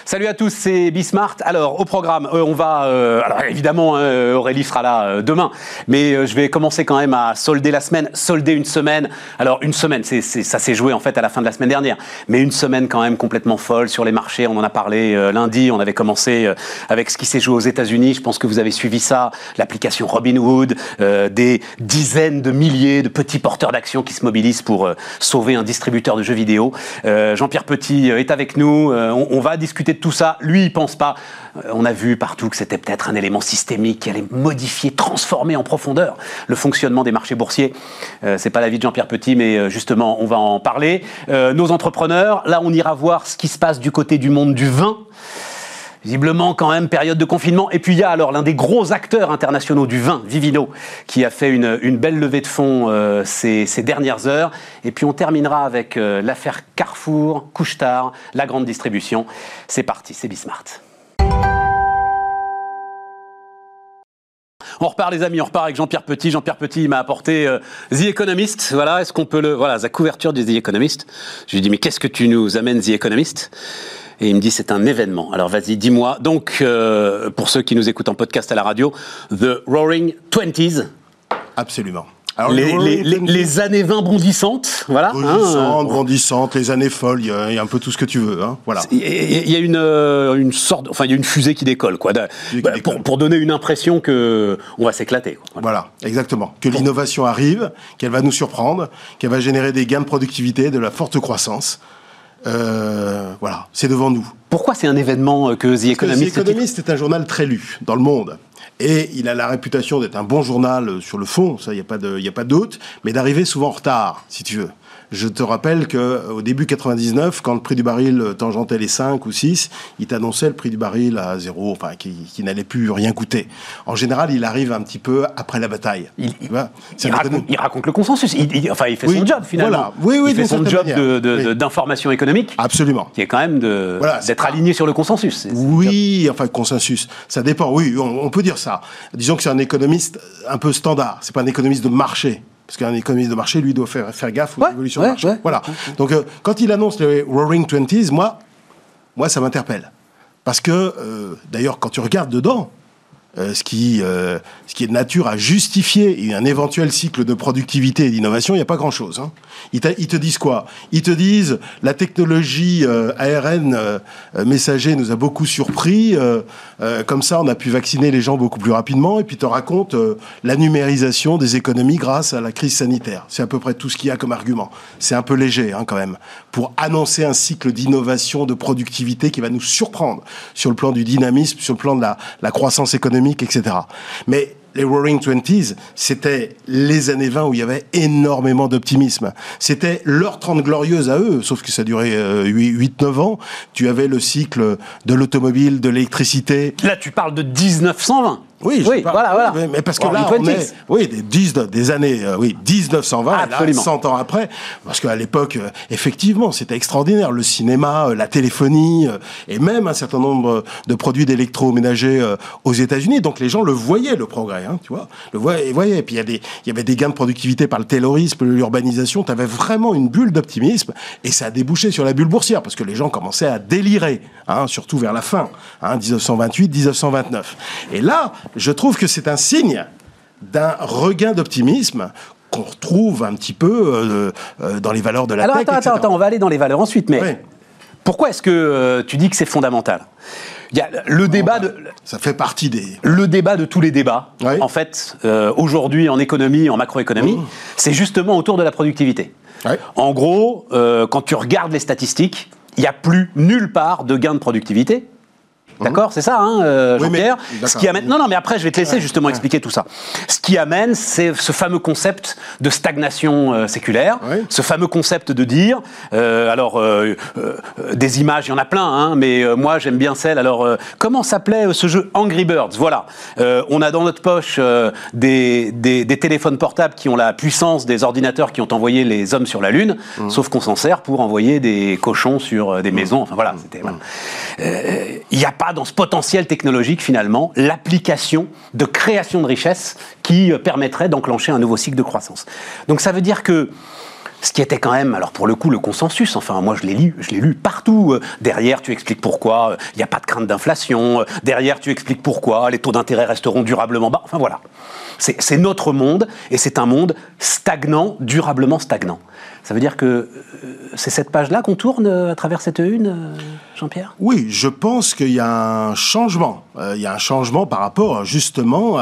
Salut à tous, c'est Bismart. Alors, au programme, on va... alors, évidemment, Aurélie sera là demain, mais je vais commencer quand même à solder la semaine, solder une semaine. Alors, une semaine, ça s'est joué en fait à la fin de la semaine dernière, mais une semaine quand même complètement folle sur les marchés. On en a parlé lundi, on avait commencé avec ce qui s'est joué aux États-Unis. Je pense que vous avez suivi ça, l'application Robinhood, des dizaines de milliers de petits porteurs d'actions qui se mobilisent pour sauver un distributeur de jeux vidéo. Jean-Pierre Petit est avec nous, on va discuter de tout ça. Lui, il pense pas. On a vu partout que c'était peut-être un élément systémique qui allait modifier, transformer en profondeur le fonctionnement des marchés boursiers. C'est pas l'avis de Jean-Pierre Petit, mais justement, on va en parler. Nos entrepreneurs, là, on ira voir ce qui se passe du côté du monde du vin. Visiblement, quand même, période de confinement. Et puis, il y a alors l'un des gros acteurs internationaux du vin, Vivino, qui a fait une belle levée de fonds ces dernières heures. Et puis, on terminera avec l'affaire Carrefour, Couche-Tard, la grande distribution. C'est parti, c'est Bismart. On repart les amis, on repart avec Jean-Pierre Petit. Jean-Pierre Petit m'a apporté The Economist. Voilà, est-ce qu'on peut la couverture du The Economist. Je lui ai dit, mais qu'est-ce que tu nous amènes The Economist ? Et il me dit, c'est un événement. Alors vas-y, dis-moi. Donc, pour ceux qui nous écoutent en podcast à la radio, The Roaring Twenties. Absolument. Alors, les années 20 bondissantes, voilà. Bondissantes, les années folles, il y a un peu tout ce que tu veux, hein, voilà. Il y a une sorte, enfin, il y a une fusée qui décolle, quoi. Pour donner une impression que on va s'éclater, quoi. Voilà, exactement. Que l'innovation arrive, qu'elle va nous surprendre, qu'elle va générer des gains de productivité, de la forte croissance. Voilà, c'est devant nous. Pourquoi c'est un événement que The Economist? The Economist est un journal très lu dans le monde. Et il a la réputation d'être un bon journal sur le fond, ça, il n'y a pas de doute, mais d'arriver souvent en retard, si tu veux. Je te rappelle qu'au début 99, quand le prix du baril tangentait les 5 ou 6, il t'annonçait le prix du baril à 0, enfin, qui n'allait plus rien coûter. En général, il arrive un petit peu après la bataille. Il raconte le consensus. Il fait son job, finalement. Voilà. Oui, il fait son job d'information économique. Absolument. Qui est quand même d'être aligné sur le consensus. Consensus. Ça dépend. Oui, on peut dire ça. Disons que c'est un économiste un peu standard. C'est pas un économiste de marché. Parce qu'un économiste de marché, lui, doit faire gaffe aux évolutions de marché. Voilà. Donc, quand il annonce les Roaring Twenties, moi, ça m'interpelle. Parce que, d'ailleurs, quand tu regardes dedans, ce qui est de nature à justifier un éventuel cycle de productivité et d'innovation, il n'y a pas grand-chose. Hein. Ils te disent quoi ? Ils te disent la technologie ARN messager nous a beaucoup surpris. Comme ça, on a pu vacciner les gens beaucoup plus rapidement. Et puis, ils te racontent la numérisation des économies grâce à la crise sanitaire. C'est à peu près tout ce qu'il y a comme argument. C'est un peu léger, hein, quand même, pour annoncer un cycle d'innovation, de productivité qui va nous surprendre sur le plan du dynamisme, sur le plan de la croissance économique, etc. Mais les Roaring Twenties, c'était les années 20 où il y avait énormément d'optimisme. C'était leur 30 glorieuses à eux, sauf que ça durait 8-9 ans. Tu avais le cycle de l'automobile, de l'électricité. Là, tu parles de 1920. Oui, voilà. Mais parce que là, on est, des années, 1920, là, 100 ans après, parce qu'à l'époque, effectivement, c'était extraordinaire. Le cinéma, la téléphonie, et même un certain nombre de produits d'électroménager aux États-Unis. Donc les gens le voyaient, le progrès, hein, tu vois. Le voyaient. Et puis il y avait des gains de productivité par le taylorisme, l'urbanisation. Tu avais vraiment une bulle d'optimisme, et ça a débouché sur la bulle boursière, parce que les gens commençaient à délirer, hein, surtout vers la fin, 1928, 1929. Et là, je trouve que c'est un signe d'un regain d'optimisme qu'on retrouve un petit peu dans les valeurs de la tech, etc. Attends, on va aller dans les valeurs ensuite, mais pourquoi est-ce que tu dis que c'est fondamental ? Il y a le débat ça fait partie des... Le débat de tous les débats, en fait, aujourd'hui en économie, en macroéconomie, c'est justement autour de la productivité. En gros, quand tu regardes les statistiques, il n'y a plus nulle part de gain de productivité. D'accord, c'est ça, hein, Jean-Pierre. Ce qui amène... Non, mais après, je vais te laisser justement expliquer tout ça. Ce qui amène, c'est ce fameux concept de stagnation séculaire, ce fameux concept de dire, des images, il y en a plein, hein, mais moi, j'aime bien celle. Alors, comment s'appelait ce jeu Angry Birds ? Voilà. On a dans notre poche des téléphones portables qui ont la puissance des ordinateurs qui ont envoyé les hommes sur la Lune, sauf qu'on s'en sert pour envoyer des cochons sur des maisons. Enfin, voilà. Il n'y a pas dans ce potentiel technologique, finalement, l'application de création de richesse qui permettrait d'enclencher un nouveau cycle de croissance. Donc ça veut dire que ce qui était quand même, alors pour le coup, le consensus, enfin moi je l'ai lu partout. Derrière, tu expliques pourquoi il n'y a pas de crainte d'inflation. Derrière, tu expliques pourquoi les taux d'intérêt resteront durablement bas. Enfin voilà. C'est notre monde, et c'est un monde stagnant, durablement stagnant. Ça veut dire que c'est cette page-là qu'on tourne à travers cette une, Jean-Pierre ? Oui, je pense qu'il y a un changement. Il y a un changement par rapport justement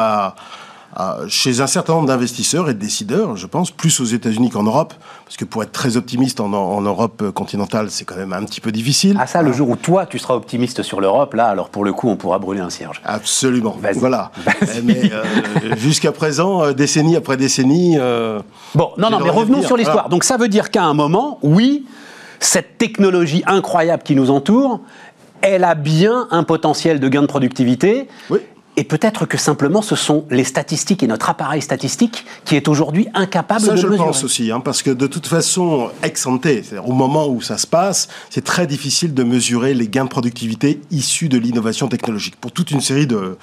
chez un certain nombre d'investisseurs et de décideurs, je pense, plus aux États-Unis qu'en Europe, parce que pour être très optimiste en Europe continentale, c'est quand même un petit peu difficile. Ah ça, le jour où toi, tu seras optimiste sur l'Europe, là, alors pour le coup, on pourra brûler un cierge. Absolument. Vas-y. Voilà. Vas-y. Mais jusqu'à présent, décennie après décennie... Bon, non, mais revenons sur l'histoire. Voilà. Donc ça veut dire qu'à un moment, oui, cette technologie incroyable qui nous entoure, elle a bien un potentiel de gain de productivité. Oui. Et peut-être que simplement ce sont les statistiques et notre appareil statistique qui est aujourd'hui incapable de le mesurer. Ça, je le pense aussi, parce que de toute façon, ex ante, c'est-à-dire au moment où ça se passe, c'est très difficile de mesurer les gains de productivité issus de l'innovation technologique. Pour toute une série de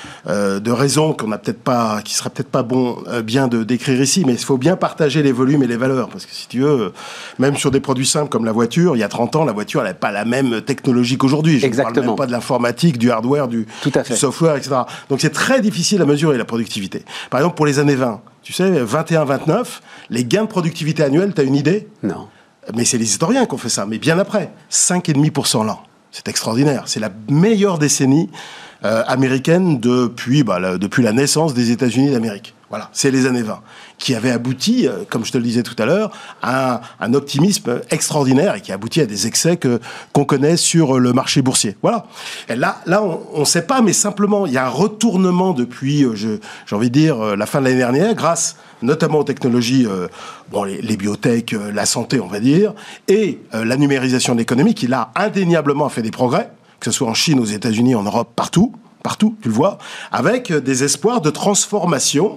raisons qui seraient peut-être pas bien de décrire ici, mais il faut bien partager les volumes et les valeurs. Parce que si tu veux, même sur des produits simples comme la voiture, il y a 30 ans, la voiture, elle n'avait pas la même technologie qu'aujourd'hui. Je ne parle même pas de l'informatique, du hardware, du software, etc. Donc c'est très difficile à mesurer la productivité. Par exemple, pour les années 20, tu sais, 21-29, les gains de productivité annuels, tu as une idée ? Non. Mais c'est les historiens qui ont fait ça, mais bien après. 5,5% l'an. C'est extraordinaire. C'est la meilleure décennie américaine depuis la naissance des États-Unis d'Amérique. Voilà, c'est les années 20, qui avaient abouti, comme je te le disais tout à l'heure, à un optimisme extraordinaire et qui a abouti à des excès qu'on connaît sur le marché boursier. Voilà. Et là, on ne sait pas, mais simplement, il y a un retournement depuis, j'ai envie de dire, la fin de l'année dernière, grâce notamment aux technologies, les biotech, la santé, on va dire, et la numérisation de l'économie, qui là, indéniablement, a fait des progrès, que ce soit en Chine, aux États-Unis, en Europe, partout, tu le vois, avec des espoirs de transformation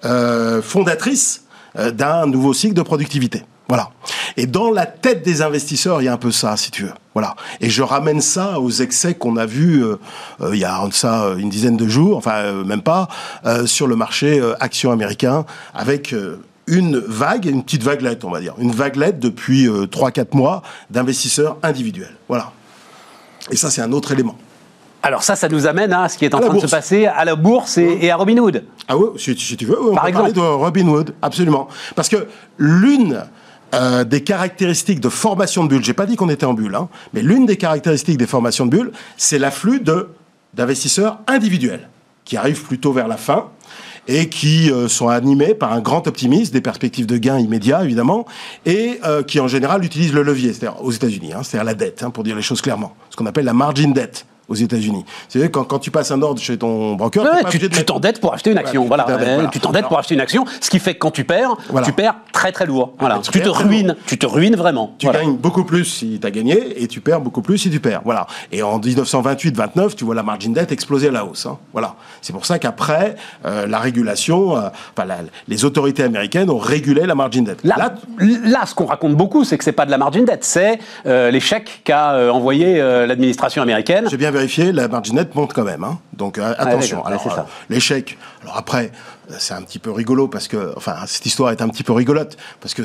fondatrice d'un nouveau cycle de productivité. Voilà. Et dans la tête des investisseurs, il y a un peu ça, si tu veux. Voilà. Et je ramène ça aux excès qu'on a vus il y a ça une dizaine de jours, enfin même pas, sur le marché action américain, avec une petite vaguelette, on va dire. Une vaguelette depuis 3-4 mois d'investisseurs individuels. Voilà. Et ça, c'est un autre élément. Alors ça nous amène à ce qui est en train de se passer à la bourse et à Robinhood. Ah oui, si tu veux, on peut parler de Robinhood, absolument. Parce que l'une des caractéristiques de formation de bulles, j'ai pas dit qu'on était en bulle, mais l'une des caractéristiques des formations de bulles, c'est l'afflux d'investisseurs individuels, qui arrivent plutôt vers la fin, et qui sont animés par un grand optimisme, des perspectives de gains immédiats, évidemment, et qui, en général, utilisent le levier, c'est-à-dire aux États-Unis, c'est-à-dire la dette, pour dire les choses clairement, ce qu'on appelle la margin debt aux États-Unis. C'est quand tu passes un ordre chez ton broker, tu t'endettes pour acheter une action. Tu t'endettes pour acheter une action, ce qui fait que quand tu perds très très lourd. Voilà. Tu te ruines vraiment. Tu gagnes beaucoup plus si tu as gagné et tu perds beaucoup plus si tu perds. Voilà. Et en 1928-29, tu vois la margin debt exploser à la hausse. Voilà. C'est pour ça qu'après, la régulation, les autorités américaines ont régulé la margin debt. Là, ce qu'on raconte beaucoup, c'est que c'est pas de la margin debt, c'est les chèques qu'a envoyé l'administration américaine. J'ai bien vérifié, la margin net monte quand même. Donc attention. Les chèques, alors après, c'est un petit peu rigolo parce que, cette histoire est un petit peu rigolote parce que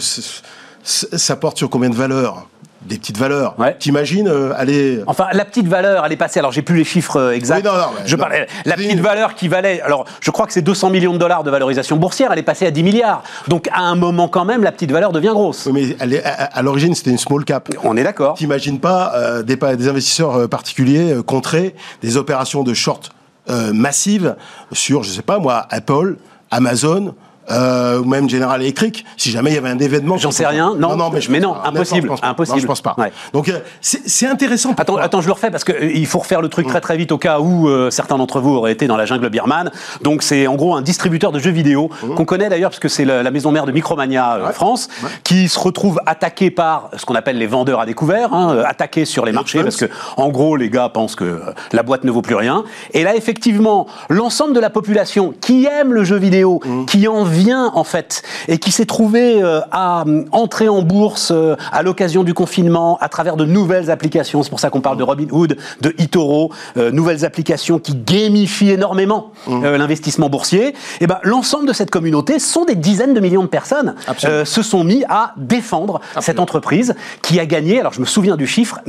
ça porte sur combien de valeurs ? Des petites valeurs. Ouais. T'imagines aller... la petite valeur, elle est passée... Alors, j'ai plus les chiffres exacts. Oui, la petite valeur qui valait... Alors, je crois que c'est 200 millions de dollars de valorisation boursière. Elle est passée à 10 milliards. Donc, à un moment, quand même, la petite valeur devient grosse. Oui, mais à l'origine, c'était une small cap. On est d'accord. T'imagines pas des investisseurs particuliers contrer des opérations de short massives sur, je sais pas moi, Apple, Amazon... ou même General Electric, si jamais il y avait un événement... J'en sais rien, impossible. Non, je pense pas. Ouais. Donc, c'est intéressant. Attends, je le refais, parce qu'il faut refaire le truc très très vite au cas où certains d'entre vous auraient été dans la jungle birmane. Donc, c'est en gros un distributeur de jeux vidéo, qu'on connaît d'ailleurs, parce que c'est la maison mère de Micromania France, qui se retrouve attaqué par ce qu'on appelle les vendeurs à découvert, attaqués sur les marchés, parce que, en gros, les gars pensent que la boîte ne vaut plus rien. Et là, effectivement, l'ensemble de la population qui aime le jeu vidéo, qui en vit vient en fait et qui s'est trouvé à entrer en bourse à l'occasion du confinement à travers de nouvelles applications, c'est pour ça qu'on parle de Robinhood, de eToro, nouvelles applications qui gamifient énormément l'investissement boursier, et ben l'ensemble de cette communauté sont des dizaines de millions de personnes se sont mis à défendre cette entreprise qui a gagné, alors je me souviens du chiffre,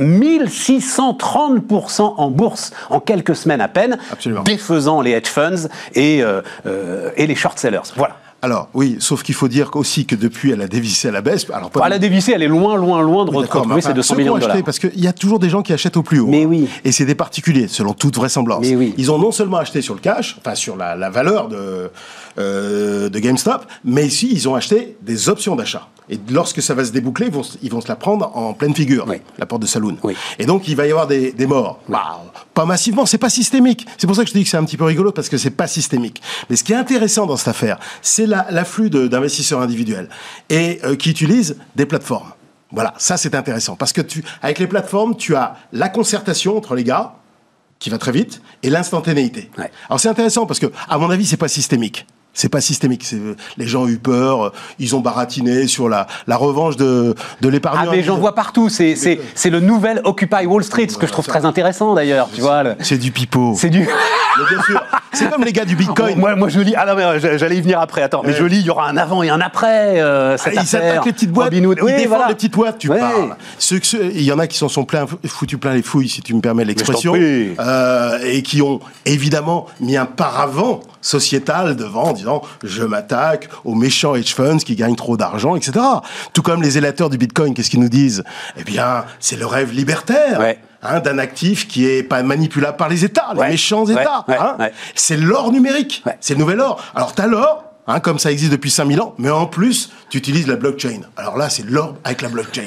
1630% en bourse en quelques semaines à peine, défaisant les hedge funds et les short sellers. Voilà. Alors, oui, sauf qu'il faut dire aussi que depuis, elle a dévissé à la baisse. Alors, elle a dévissé, elle est loin de retrouver ces 200 millions de dollars. Parce qu'il y a toujours des gens qui achètent au plus haut. Mais oui. Et c'est des particuliers, selon toute vraisemblance. Mais oui. Ils ont non seulement acheté sur le cash, enfin sur la valeur de GameStop, mais ici, ils ont acheté des options d'achat. Et lorsque ça va se déboucler, ils vont se la prendre en pleine figure, la porte de saloon. Oui. Et donc, il va y avoir des morts. Oui. Bah, pas massivement, c'est pas systémique. C'est pour ça que je te dis que c'est un petit peu rigolo, parce que c'est pas systémique. Mais ce qui est intéressant dans cette affaire, c'est l'afflux d'investisseurs individuels et qui utilisent des plateformes. Voilà, ça c'est intéressant. Parce que avec les plateformes, tu as la concertation entre les gars, qui va très vite, et l'instantanéité. Ouais. Alors c'est intéressant parce que, à mon avis, c'est pas systémique. C'est pas systémique. Les gens ont eu peur, ils ont baratiné sur la revanche de l'épargne. Ah mais j'en vois partout. C'est le nouvel Occupy Wall Street, ce que je trouve très intéressant d'ailleurs. Tu vois. C'est du pipeau. C'est du. Mais bien sûr. C'est comme les gars du Bitcoin. Moi je lis. Ah non mais j'allais y venir après. Attends. Mais je lis. Il y aura un avant et un après cette affaire. Ils attaquent les petites boîtes. Ils défendent les petites boîtes. Tu parles. Il y en a qui s'en sont foutus plein les fouilles, si tu me permets l'expression, et qui ont évidemment mis un paravent sociétal devant, en disant je m'attaque aux méchants hedge funds qui gagnent trop d'argent, etc. Tout comme les élateurs du Bitcoin, qu'est-ce qu'ils nous disent? Eh bien, c'est le rêve libertaire. D'un actif qui est pas manipulable par les États, les méchants États. C'est l'or numérique, c'est le nouvel or. Alors t'as l'or, comme ça existe depuis 5000 ans, mais en plus, tu utilises la blockchain. Alors là, c'est l'or avec la blockchain.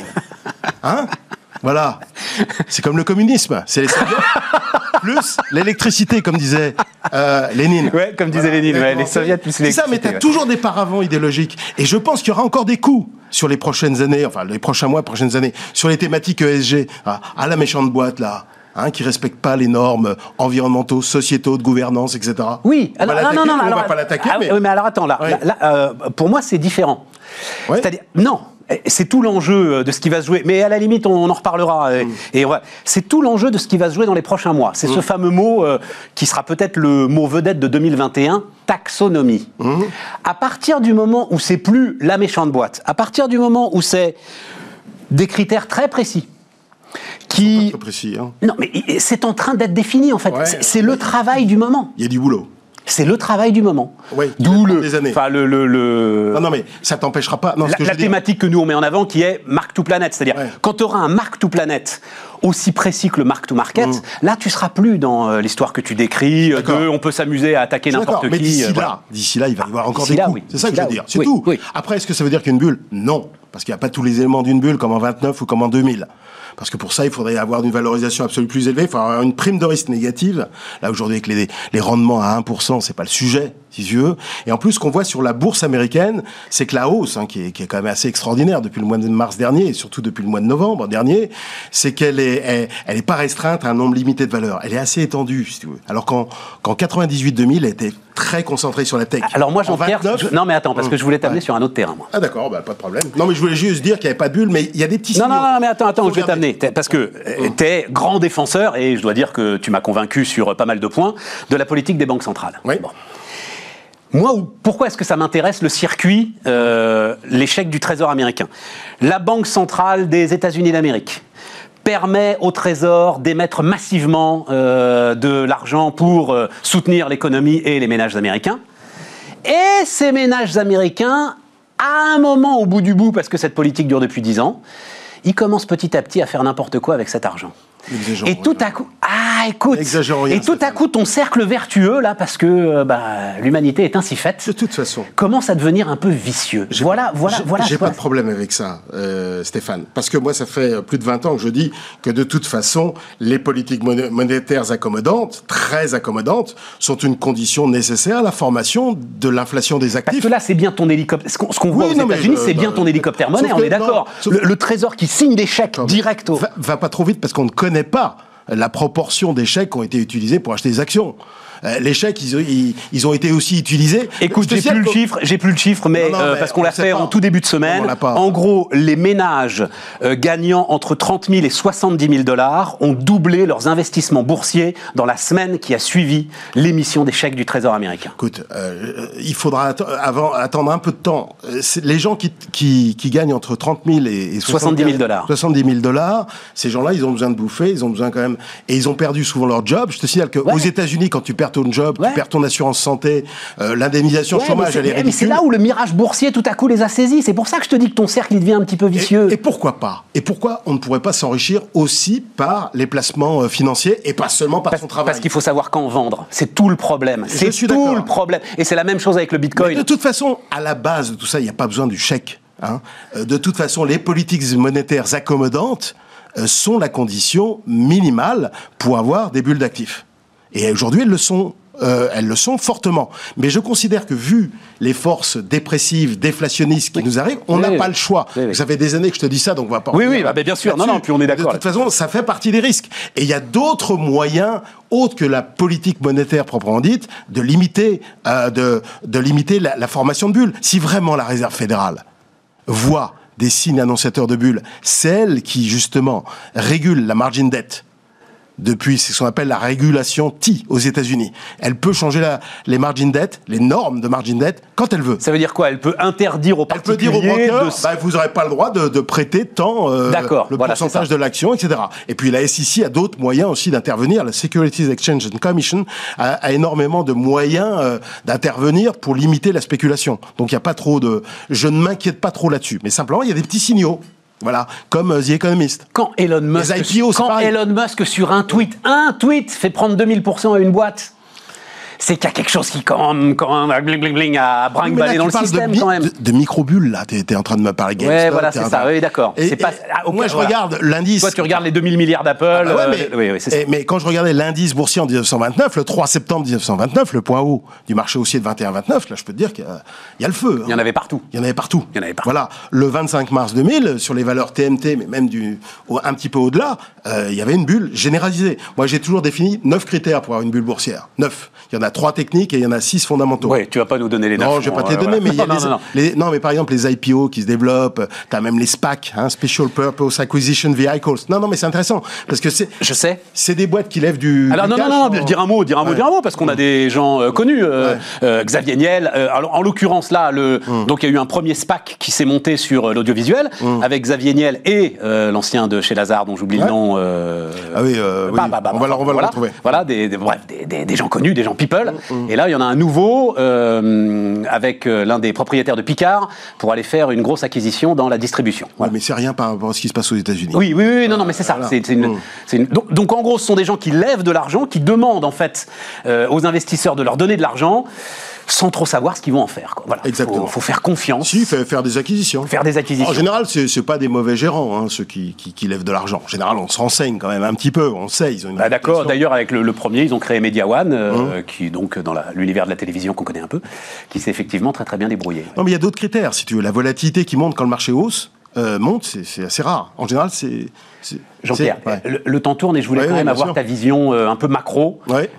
Voilà. C'est comme le communisme, c'est les soviets plus l'électricité, comme disait Lénine. Ouais, comme disait Lénine, les soviets plus l'électricité. C'est ça, mais tu as toujours des paravents idéologiques. Et je pense qu'il y aura encore des coups sur les prochaines années, enfin les prochains mois, prochaines années, sur les thématiques ESG. À la méchante boîte, là. Qui respectent pas les normes environnementaux, sociétaux, de gouvernance, etc. Oui, alors, on va pas l'attaquer. Mais alors attends, là, pour moi, c'est différent. C'est-à-dire, non. C'est tout l'enjeu de ce qui va se jouer. Mais à la limite, on en reparlera. Et c'est tout l'enjeu de ce qui va se jouer dans les prochains mois. C'est ce fameux mot qui sera peut-être le mot vedette de 2021, taxonomie. À partir du moment où c'est plus la méchante boîte, à partir du moment où c'est des critères très précis, qui... Très précis, Non, mais c'est en train d'être défini, en fait. C'est le travail du moment. Il y a du boulot. C'est le travail du moment. Oui, d'où des années. Enfin, Non, mais ça t'empêchera pas. Non, la thématique que nous on met en avant, qui est Mark to Planet, c'est-à-dire quand tu auras un Mark to Planet aussi précis que le Mark to Market, là tu seras plus dans l'histoire que tu décris, on peut s'amuser à attaquer n'importe qui. Mais d'ici là, il va y avoir encore des coups. C'est ça que je veux dire. C'est tout. Après, est-ce que ça veut dire qu'une bulle? Non, parce qu'il n'y a pas tous les éléments d'une bulle comme en 29 ou comme en 2000. Parce que pour ça, il faudrait avoir une valorisation absolue plus élevée. Il faudrait avoir une prime de risque négative. Là, aujourd'hui, avec les rendements à 1%, c'est pas le sujet, si tu veux. Et en plus, ce qu'on voit sur la bourse américaine, c'est que la hausse, qui est quand même assez extraordinaire depuis le mois de mars dernier, et surtout depuis le mois de novembre dernier, c'est qu'elle est pas restreinte à un nombre limité de valeurs. Elle est assez étendue, si tu veux. Alors qu'en 98-2000, elle était très concentrée sur la tech. Alors moi, Jean-Pierre, non mais attends, parce que je voulais t'amener sur un autre terrain, moi. Ah d'accord, pas de problème. Non mais je voulais juste dire qu'il n'y avait pas de bulle, mais il y a des petits signaux. Non, mais attends, je vais t'amener. Parce que t'es grand défenseur, et je dois dire que tu m'as convaincu sur pas mal de points, de la politique des banques centrales. Oui. Bon. Moi, pourquoi est-ce que ça m'intéresse, le circuit, l'échec du Trésor américain? La Banque centrale des États-Unis d'Amérique permet au Trésor d'émettre massivement de l'argent pour soutenir l'économie et les ménages américains. Et ces ménages américains, à un moment au bout du bout, parce que cette politique dure depuis 10 ans, ils commencent petit à petit à faire n'importe quoi avec cet argent. Et tout à coup, ton cercle vertueux, là, parce que l'humanité est ainsi faite, de toute façon, commence à devenir un peu vicieux. Voilà. J'ai pas de problème avec ça, Stéphane, parce que moi, ça fait plus de 20 ans que je dis que de toute façon, les politiques monétaires accommodantes, très accommodantes, sont une condition nécessaire à la formation de l'inflation des actifs. Parce que là, c'est bien ton hélicoptère. Ce qu'on voit aux États-Unis, c'est bien ton hélicoptère monnaie, on est d'accord. Le Trésor qui signe des chèques directs. Va pas trop vite, parce qu'on ne connaît pas la proportion des chèques qui ont été utilisés pour acheter des actions. Les chèques, ils ont été aussi utilisés. Écoute, j'ai plus le chiffre, mais parce qu'on l'a fait en tout début de semaine. En gros, les ménages gagnant entre 30 000 et 70 000 $ ont doublé leurs investissements boursiers dans la semaine qui a suivi l'émission des chèques du Trésor américain. Écoute, il faudra attendre un peu de temps. Les gens qui gagnent entre 30 000 et 70 000 $. 70 000 $, ces gens-là, ils ont besoin de bouffer, ils ont besoin quand même... Et ils ont perdu souvent leur job. Je te signale qu'aux États-Unis, quand tu perds ton job, tu perds ton assurance santé, l'indemnisation chômage, elle est ridicule. Mais c'est là où le mirage boursier, tout à coup, les a saisis. C'est pour ça que je te dis que ton cercle, il devient un petit peu vicieux. Et pourquoi pas? Et pourquoi on ne pourrait pas s'enrichir aussi par les placements financiers et pas seulement par son travail? Parce qu'il faut savoir quand vendre. C'est tout le problème. C'est tout le problème. Et c'est la même chose avec le Bitcoin. Mais de toute façon, à la base de tout ça, il n'y a pas besoin du chèque. Hein. De toute façon, les politiques monétaires accommodantes sont la condition minimale pour avoir des bulles d'actifs. Et aujourd'hui, elles le sont fortement. Mais je considère que, vu les forces dépressives, déflationnistes qui nous arrivent, on n'a pas le choix. Ça fait des années que je te dis ça, donc on va pas... Oui, bien sûr. Non, puis on est d'accord. De toute façon, ça fait partie des risques. Et il y a d'autres moyens, autres que la politique monétaire proprement dite, de limiter la formation de bulles. Si vraiment la Réserve fédérale voit des signes annonciateurs de bulles, celle qui, justement, régule la margin debt, depuis ce qu'on appelle la régulation T aux États-Unis. Elle peut changer les margin debt, les normes de margin debt, quand elle veut. Ça veut dire quoi? Elle peut interdire aux particuliers... Elle peut dire aux banqueurs, vous n'aurez pas le droit de prêter tant le pourcentage de l'action, etc. Et puis la SEC a d'autres moyens aussi d'intervenir. La Securities Exchange and Commission a énormément de moyens d'intervenir pour limiter la spéculation. Donc il n'y a pas trop de... Je ne m'inquiète pas trop là-dessus. Mais simplement, il y a des petits signaux. Voilà, comme The Economist. Quand Elon Musk sur un tweet fait prendre 2000% à une boîte, c'est qu'il y a quelque chose qui quand même bling bling bling à brinque-baller dans le système quand même. De microbules là, t'es en train de me parler GameStop. Ouais, voilà, c'est ça. Oui, d'accord. Moi, je regarde l'indice. Toi, tu regardes les 2000 milliards d'Apple. C'est ça. Mais quand je regardais l'indice boursier en 1929, le 3 septembre 1929, le point haut du marché haussier de 21-29, là, je peux te dire qu'il y a le feu. Il y en avait partout. Voilà. Le 25 mars 2000, sur les valeurs TMT, mais même un petit peu au-delà, il y avait une bulle généralisée. Moi, j'ai toujours défini 9 critères pour avoir une bulle boursière. 9. Il y en a 3 techniques et il y en a 6 fondamentaux. Oui, tu vas pas nous donner les 9. Non, je vais pas te les donner, mais il y a mais par exemple, les IPO qui se développent, tu as même les SPAC, Special Purpose Acquisition Vehicles. Non, mais c'est intéressant, parce que je sais. C'est des boîtes qui lèvent du Alors non, dire un mot, parce qu'on a des gens connus. Xavier Niel, en l'occurrence là, donc il y a eu un premier SPAC qui s'est monté sur l'audiovisuel, avec Xavier Niel et l'ancien de chez Lazare, dont j'oublie le nom. Oui. On va le retrouver. Voilà, des gens connus, des gens people. Et là, il y en a un nouveau avec l'un des propriétaires de Picard pour aller faire une grosse acquisition dans la distribution. Voilà. Mais c'est rien par rapport à ce qui se passe aux États-Unis. Oui, non, mais c'est ça. Voilà. Donc en gros, ce sont des gens qui lèvent de l'argent, qui demandent en fait aux investisseurs de leur donner de l'argent, sans trop savoir ce qu'ils vont en faire. Voilà. Exactement. Faut faire confiance. Si, faire des acquisitions. En général, c'est pas des mauvais gérants, ceux qui lèvent de l'argent. En général, on se renseigne quand même un petit peu, on sait. Ils ont d'accord. D'ailleurs, avec le premier, ils ont créé Media One, qui donc dans l'univers de la télévision qu'on connaît un peu, qui s'est effectivement très très bien débrouillé. Non, mais il y a d'autres critères, si tu veux. La volatilité qui monte quand le marché hausse, monte, c'est assez rare. En général, Jean-Pierre, le temps tourne et je voulais quand même avoir ta vision un peu macro.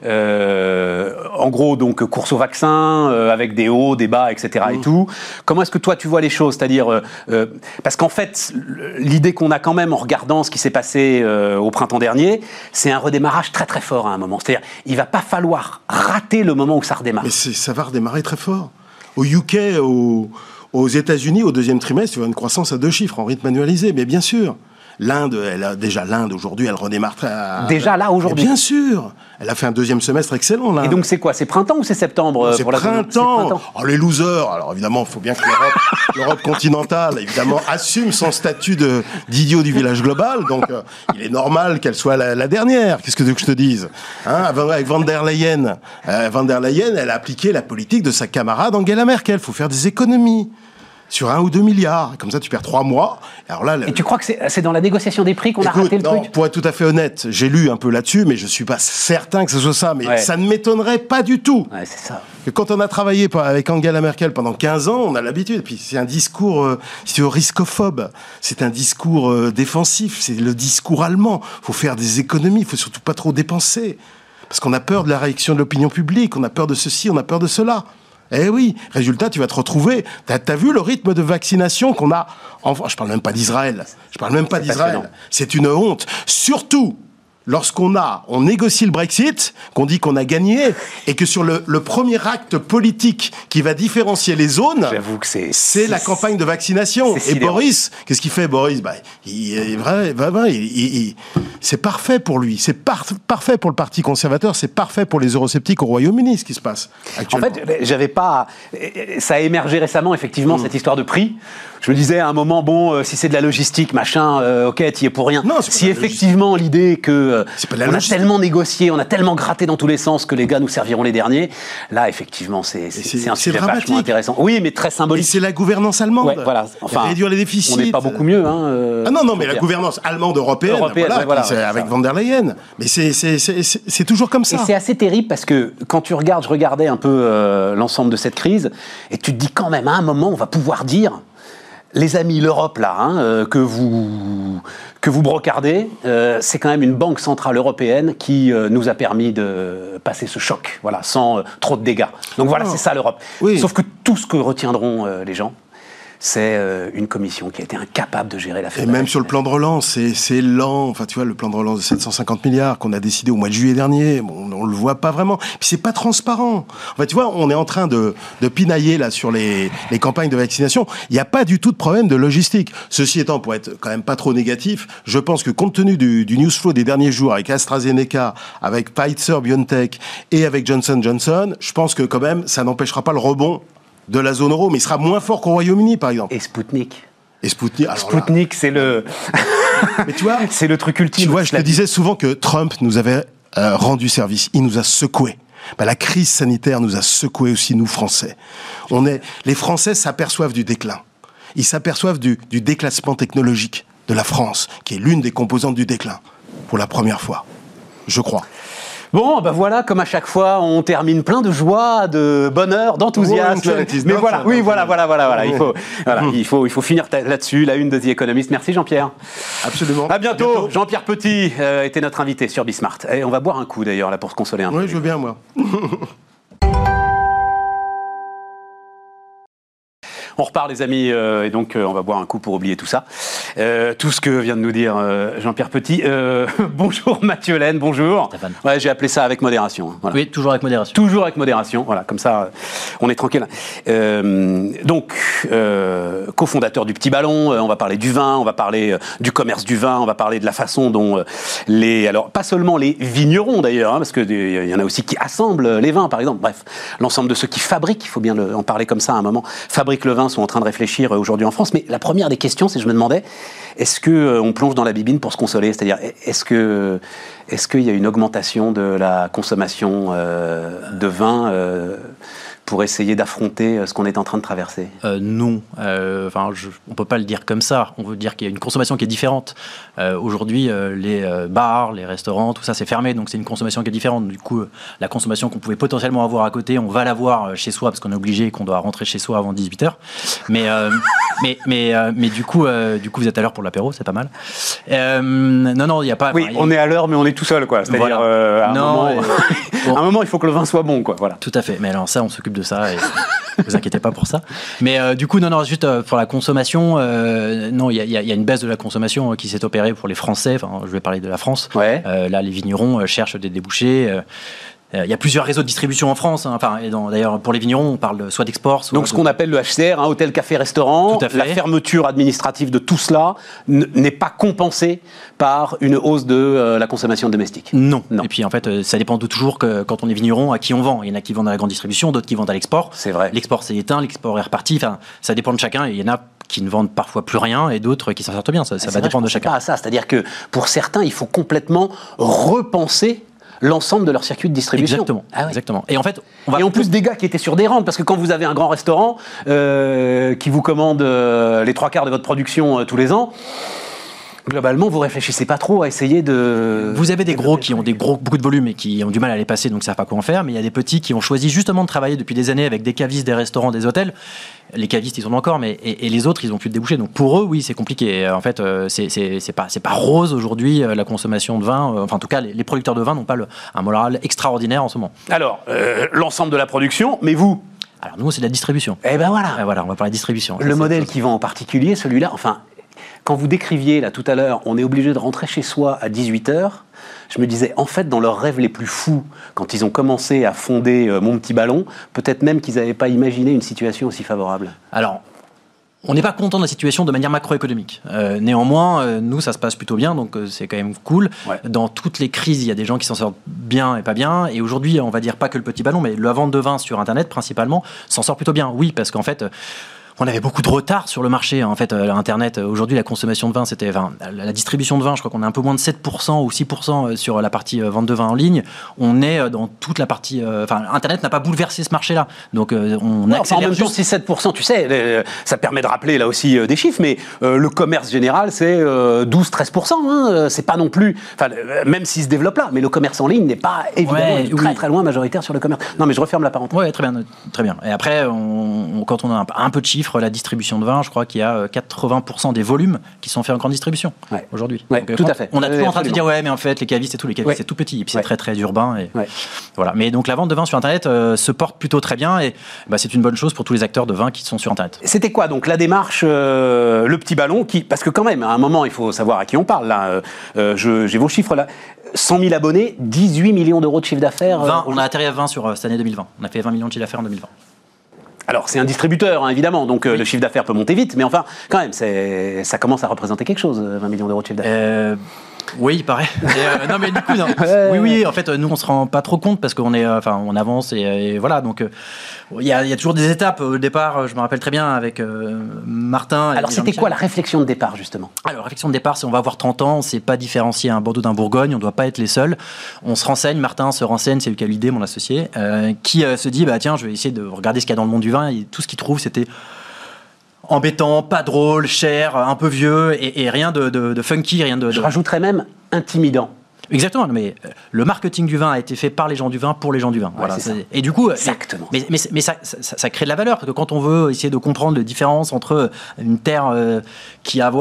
En gros, donc, course au vaccin, avec des hauts, des bas, etc. et tout. Comment est-ce que toi, tu vois les choses? C'est-à-dire, parce qu'en fait, l'idée qu'on a quand même en regardant ce qui s'est passé au printemps dernier, c'est un redémarrage très très fort à un moment. C'est-à-dire, il va pas falloir rater le moment où ça redémarre. Mais ça va redémarrer très fort. Au UK, aux États-Unis, au deuxième trimestre, il y aura une croissance à 2 chiffres en rythme annualisé, mais bien l'Inde, l'Inde aujourd'hui, elle redémarre déjà là aujourd'hui. Bien sûr, elle a fait un deuxième semestre excellent là. Et donc c'est quoi? C'est printemps ou c'est septembre? C'est printemps. Oh, les losers. Alors évidemment, il faut bien que l'Europe continentale, évidemment, assume son statut d'idiot du village global. Donc il est normal qu'elle soit la dernière. Qu'est-ce que tu veux que je te dise? Avec Van der Leyen, elle a appliqué la politique de sa camarade Angela Merkel. Il faut faire des économies. Sur 1 ou 2 milliards. Comme ça, tu perds 3 mois. Alors là, et tu crois que c'est dans la négociation des prix qu'on a raté le truc? Pour être tout à fait honnête, j'ai lu un peu là-dessus, mais je ne suis pas certain que ce soit ça. Mais ça ne m'étonnerait pas du tout. Ouais, c'est ça. Que quand on a travaillé avec Angela Merkel pendant 15 ans, on a l'habitude. Et puis c'est un discours riscophobe. C'est un discours défensif. C'est le discours allemand. Il faut faire des économies. Il ne faut surtout pas trop dépenser. Parce qu'on a peur de la réaction de l'opinion publique, on a peur de ceci, on a peur de cela. Eh oui, résultat, tu vas te retrouver. T'as vu le rythme de vaccination qu'on a je parle même pas d'Israël. C'est une honte. Surtout lorsqu'on négocie le Brexit, qu'on dit qu'on a gagné, et que sur le premier acte politique qui va différencier les zones, j'avoue que c'est la campagne de vaccination. Et Boris, qu'est-ce qu'il fait, Boris? C'est parfait pour lui. C'est parfait pour le Parti conservateur. C'est parfait pour les eurosceptiques au Royaume-Uni, ce qui se passe actuellement. En fait, ça a émergé récemment, effectivement, cette histoire de prix. Je me disais à un moment, si c'est de la logistique, machin, ok, t'y es pour rien. Non, si effectivement l'idée que on a tellement négocié, on a tellement gratté dans tous les sens que les gars nous serviront les derniers, là, effectivement, c'est un sujet vachement intéressant. Oui, mais très symbolique. Et c'est la gouvernance allemande. Ouais, voilà. Enfin, réduire les déficits. On n'est pas beaucoup mieux. Non, mais la gouvernance allemande européenne, avec von der Leyen. Mais c'est toujours comme ça. Et c'est assez terrible parce que quand je regardais un peu l'ensemble de cette crise, et tu te dis quand même, à un moment, on va pouvoir dire... Les amis, l'Europe, là, que vous brocardez, c'est quand même une banque centrale européenne qui nous a permis de passer ce choc, voilà, sans trop de dégâts. Donc voilà, c'est ça l'Europe. Oui. Sauf que tout ce que retiendront les gens, c'est une commission qui a été incapable de gérer la fête. Et même sur le plan de relance, c'est lent. Enfin, tu vois, le plan de relance de 750 milliards qu'on a décidé au mois de juillet dernier, on le voit pas vraiment. Puis c'est pas transparent. Enfin, tu vois, on est en train de pinailler là sur les campagnes de vaccination. Il n'y a pas du tout de problème de logistique. Ceci étant, pour être quand même pas trop négatif, je pense que compte tenu du news flow des derniers jours avec AstraZeneca, avec Pfizer-BioNTech et avec Johnson & Johnson, je pense que quand même, ça n'empêchera pas le rebond de la zone euro, mais il sera moins fort qu'au Royaume-Uni, par exemple. Et Sputnik. Sputnik, c'est le... Mais tu vois, c'est le truc ultime. Tu vois, je te disais souvent que Trump nous avait rendu service. Il nous a secoués. La crise sanitaire nous a secoués aussi, nous, Français. Les Français s'aperçoivent du déclin. Ils s'aperçoivent du déclassement technologique de la France, qui est l'une des composantes du déclin, pour la première fois, je crois. Bon, voilà, comme à chaque fois, on termine plein de joie, de bonheur, d'enthousiasme. Mais voilà, il faut finir là-dessus, la une de The Economist. Merci Jean-Pierre. Absolument. À bientôt. Jean-Pierre Petit était notre invité sur Bismart. Et on va boire un coup d'ailleurs là pour se consoler un peu. Oui, je veux bien moi. On repart les amis, et donc on va boire un coup pour oublier tout ça. Tout ce que vient de nous dire Jean-Pierre Petit. Bonjour Mathieu Laine, bonjour. Stéphane. Ouais, j'ai appelé ça avec modération. Hein, voilà. Oui, toujours avec modération. Toujours avec modération, voilà, comme ça on est tranquille. Cofondateur du Petit Ballon, on va parler du vin, on va parler du commerce du vin, on va parler de la façon dont alors pas seulement les vignerons d'ailleurs, hein, parce qu'il y en a aussi qui assemblent les vins par exemple, bref, l'ensemble de ceux qui fabriquent, il faut bien en parler comme ça à un moment, fabriquent le vin, sont en train de réfléchir aujourd'hui en France. Mais la première des questions, c'est je me demandais, est-ce qu'on plonge dans la bibine pour se consoler? C'est-à-dire, est-ce qu'il y a une augmentation de la consommation de vin pour essayer d'affronter ce qu'on est en train de traverser? Non. On ne peut pas le dire comme ça. On veut dire qu'il y a une consommation qui est différente. Aujourd'hui, les bars, les restaurants, tout ça, c'est fermé. Donc, c'est une consommation qui est différente. Du coup, la consommation qu'on pouvait potentiellement avoir à côté, on va l'avoir chez soi parce qu'on est obligé et qu'on doit rentrer chez soi avant 18h. Mais du coup, vous êtes à l'heure pour l'apéro, c'est pas mal. Non, il n'y a pas... Oui, on est à l'heure, mais on est tout seul, quoi. C'est-à-dire, à un moment, il faut que le vin soit bon, quoi. Voilà. Tout à fait. Mais alors ça, on s'occupe de ça et ne vous inquiétez pas pour ça. Mais du coup, juste pour la consommation, non, il y a une baisse de la consommation qui s'est opérée pour les Français. Enfin, je vais parler de la France. Ouais. Là, les vignerons cherchent des débouchés. Il y a plusieurs réseaux de distribution en France. Hein. D'ailleurs, pour les vignerons, on parle soit d'export. Donc, ce qu'on appelle le HCR, hôtel, café, restaurant, la fermeture administrative de tout cela n'est pas compensée par une hausse de la consommation domestique. Non. Et puis, en fait, ça dépend de toujours que quand on est vigneron, à qui on vend. Il y en a qui vendent à la grande distribution, d'autres qui vendent à l'export. C'est vrai. L'export, c'est éteint, l'export est reparti. Enfin, ça dépend de chacun. Et il y en a qui ne vendent parfois plus rien et d'autres qui s'en sortent bien. Ça va dépendre de chacun. Pas à ça. C'est-à-dire que pour certains, il faut complètement repenser l'ensemble de leur circuit de distribution. Exactement. Ah oui. Exactement. Et en fait, et en plus des gars qui étaient sur des rentes, parce que quand vous avez un grand restaurant qui vous commande les 3/4 de votre production tous les ans, Globalement, vous réfléchissez pas trop à essayer de... Vous avez des gros qui ont beaucoup de volume et qui ont du mal à les passer, donc ils savent pas quoi en faire, mais il y a des petits qui ont choisi justement de travailler depuis des années avec des cavistes, des restaurants, des hôtels. Les cavistes, ils en ont encore, mais et les autres, ils ont plus de débouchés. Donc pour eux, oui, c'est compliqué. En fait, c'est pas rose aujourd'hui la consommation de vin. Enfin, en tout cas, les producteurs de vin n'ont pas un moral extraordinaire en ce moment. Alors, l'ensemble de la production, mais vous? Alors nous, c'est de la distribution. Eh ben voilà. Voilà, on va parler de distribution. Le modèle qui vend en particulier, celui-là, enfin... Quand vous décriviez, là, tout à l'heure, on est obligé de rentrer chez soi à 18h, je me disais, en fait, dans leurs rêves les plus fous, quand ils ont commencé à fonder Mon Petit Ballon, peut-être même qu'ils n'avaient pas imaginé une situation aussi favorable. Alors, on n'est pas content de la situation de manière macroéconomique. Néanmoins, nous, ça se passe plutôt bien, donc c'est quand même cool. Ouais. Dans toutes les crises, il y a des gens qui s'en sortent bien et pas bien. Et aujourd'hui, on va dire pas que le Petit Ballon, mais la vente de vin sur Internet, principalement, s'en sort plutôt bien. Oui, parce qu'en fait... On avait beaucoup de retard sur le marché. En fait, Internet, aujourd'hui, la consommation de vin, la distribution de vin, je crois qu'on est un peu moins de 7% ou 6% sur la partie vente de vin en ligne. On est dans toute la partie... Internet n'a pas bouleversé ce marché-là. Donc, on accélère en même temps, 6-7%, tu sais, ça permet de rappeler là aussi des chiffres, mais le commerce général, c'est 12-13%. Hein, c'est pas non plus... Même s'il se développe là, mais le commerce en ligne n'est pas évidemment très loin majoritaire sur le commerce. Non, mais je referme la parenthèse. Oui, très bien. Et après, quand on a un peu de chiffres, la distribution de vin, je crois qu'il y a 80% des volumes qui sont faits en grande distribution aujourd'hui. Ouais, tout à fait. On a toujours en train de se dire mais en fait les cavistes et tout, c'est tout petit et puis c'est très très urbain et voilà. Mais donc la vente de vin sur Internet se porte plutôt très bien et c'est une bonne chose pour tous les acteurs de vin qui sont sur Internet. C'était quoi donc la démarche le Petit Ballon parce que quand même à un moment il faut savoir à qui on parle là. J'ai vos chiffres là. 100 000 abonnés, 18 millions d'euros de chiffre d'affaires. On a atterri à 20 sur cette année 2020. On a fait 20 millions de chiffre d'affaires en 2020. Alors, c'est un distributeur, hein, évidemment, donc le chiffre d'affaires peut monter vite, mais enfin, quand même, ça commence à représenter quelque chose, 20 millions d'euros de chiffre d'affaires. Oui, il paraît. Non, mais du coup, non. Oui, en fait, nous, on se rend pas trop compte parce qu'on est, on avance et voilà. Donc, il y a toujours des étapes. Au départ, je me rappelle très bien avec Martin. Alors, c'était quoi la réflexion de départ, justement ? Alors, la réflexion de départ, c'est on va avoir 30 ans, on ne sait pas différencier un Bordeaux d'un Bourgogne, on ne doit pas être les seuls. On se renseigne, Martin se renseigne, c'est Lucas Lidé, mon associé, qui se dit, tiens, je vais essayer de regarder ce qu'il y a dans le monde du vin. Et tout ce qu'il trouve, c'était embêtant, pas drôle, cher, un peu vieux et rien de funky, rien de... Je rajouterais même intimidant. Exactement, mais le marketing du vin a été fait par les gens du vin pour les gens du vin. Ouais, voilà. Et du coup, exactement. Mais ça crée de la valeur parce que quand on veut essayer de comprendre les différences entre une terre qui a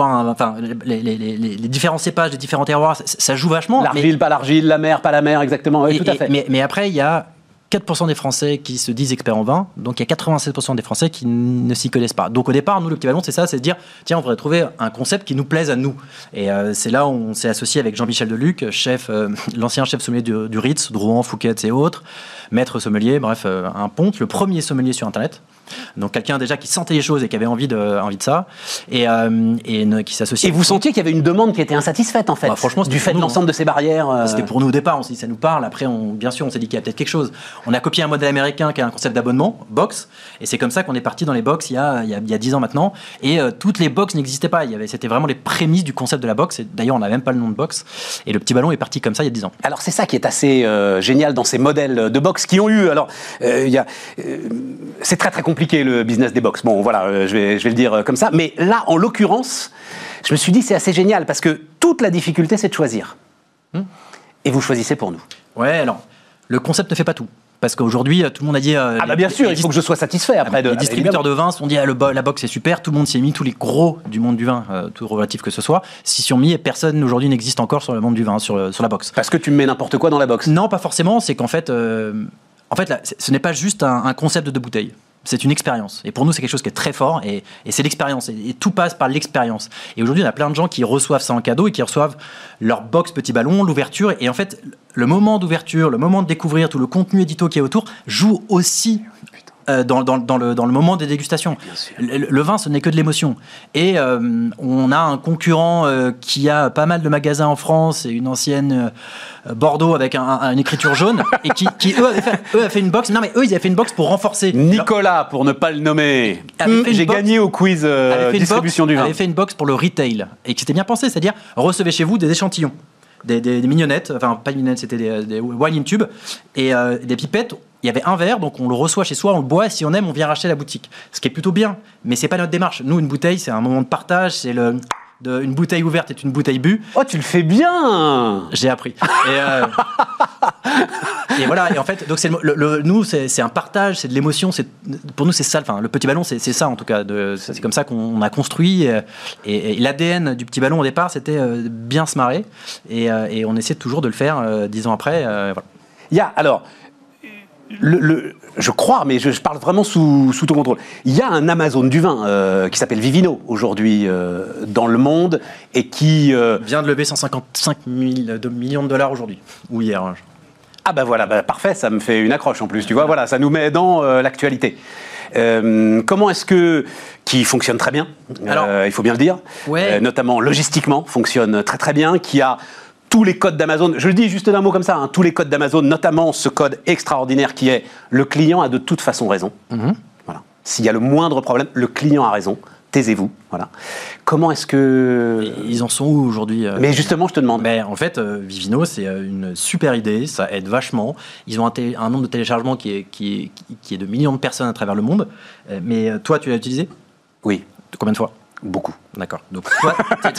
les différents cépages, les différents terroirs, ça joue vachement. L'argile, pas l'argile, la mer, pas la mer, exactement. Oui, tout à fait. Mais après, il y a 4% des Français qui se disent experts en vin, donc il y a 87% des Français qui ne s'y connaissent pas. Donc au départ, nous, le Petit Ballon, c'est ça, c'est de dire, tiens, on pourrait trouver un concept qui nous plaise à nous. Et c'est là où on s'est associé avec Jean-Michel Deluc, l'ancien chef sommelier du Ritz, Drouan, Fouquet et autres, maître sommelier, bref, un ponte, le premier sommelier sur Internet. Donc quelqu'un déjà qui sentait les choses et qui avait envie de ça et qui s'associait. Et vous sentiez qu'il y avait une demande qui était insatisfaite en fait, franchement, du fait de l'ensemble de ces barrières. C'était pour nous au départ, on s'est dit ça nous parle. Après, bien sûr, on s'est dit qu'il y a peut-être quelque chose. On a copié un modèle américain qui a un concept d'abonnement, box, et c'est comme ça qu'on est parti dans les box il y a 10 ans maintenant. Et toutes les box n'existaient pas. C'était vraiment les prémices du concept de la box. Et d'ailleurs, on n'a même pas le nom de box. Et le Petit Ballon est parti comme ça il y a 10 ans. Alors c'est ça qui est assez génial dans ces modèles de box qui ont eu. Alors c'est très très compliqué le business des box. Bon, voilà, je vais le dire comme ça. Mais là, en l'occurrence, je me suis dit c'est assez génial parce que toute la difficulté, c'est de choisir. Et vous choisissez pour nous. Ouais, alors, le concept ne fait pas tout. Parce qu'aujourd'hui, tout le monde a dit... bien sûr, il faut que je sois satisfait après. Les distributeurs de vin se sont dit, la box c'est super, tout le monde s'y est mis, tous les gros du monde du vin, tout relatif que ce soit, s'y sont mis et personne aujourd'hui n'existe encore sur le monde du vin, sur la box. Parce que tu me mets n'importe quoi dans la box ? Non, pas forcément, c'est qu'en fait, là, ce n'est pas juste un concept de 2 bouteilles. C'est une expérience. Et pour nous, c'est quelque chose qui est très fort et c'est l'expérience. Et tout passe par l'expérience. Et aujourd'hui, on a plein de gens qui reçoivent ça en cadeau et qui reçoivent leur box Petit Ballon, l'ouverture. Et en fait, le moment d'ouverture, le moment de découvrir tout le contenu édito qui est autour, joue aussi dans le moment des dégustations. Le vin, ce n'est que de l'émotion. Et on a un concurrent qui a pas mal de magasins en France et une ancienne Bordeaux avec une écriture jaune et qui eux, avaient fait une box. Non, mais eux, ils avaient fait une box pour renforcer. Nicolas, pour ne pas le nommer. J'ai gagné au quiz distribution du vin. Avait fait une box pour le retail et qui s'était bien pensé, c'est-à-dire recevez chez vous des échantillons. Des mignonnettes, enfin pas des mignonnettes, c'était des wine in tube et des pipettes. Il y avait un verre, donc on le reçoit chez soi, on le boit, et si on aime, on vient racheter la boutique. Ce qui est plutôt bien, mais c'est pas notre démarche. Nous, une bouteille, c'est un moment de partage, c'est le une bouteille ouverte est une bouteille bue. Oh, tu le fais bien. J'ai appris. Et voilà. Et en fait, donc nous, c'est un partage, c'est de l'émotion. Pour nous, c'est ça. Enfin, le petit ballon, c'est ça en tout cas. C'est comme ça qu'on a construit. Et l'ADN du petit ballon au départ, c'était bien se marrer. Et on essaie toujours de le faire 10 ans après. Voilà. Il y a alors. Je crois, mais je parle vraiment sous ton contrôle. Il y a un Amazon du vin qui s'appelle Vivino aujourd'hui dans le monde et qui vient de lever 155 millions de dollars aujourd'hui ou hier. Ah bah voilà, parfait, ça me fait une accroche en plus. Tu vois, voilà, ça nous met dans l'actualité. Comment est-ce qui fonctionne très bien, il faut bien le dire, notamment logistiquement fonctionne très très bien, qui a tous les codes d'Amazon, je le dis juste d'un mot comme ça, tous les codes d'Amazon, notamment ce code extraordinaire qui est le client a de toute façon raison. Voilà. S'il y a le moindre problème, le client a raison. Taisez-vous. Voilà. Comment est-ce que... Ils en sont où aujourd'hui Mais justement, je te demande. En fait, Vivino, c'est une super idée, ça aide vachement. Ils ont un nombre de téléchargements qui est de millions de personnes à travers le monde. Mais toi, tu l'as utilisé ? Oui. Combien de fois ? Beaucoup. D'accord. Donc, toi,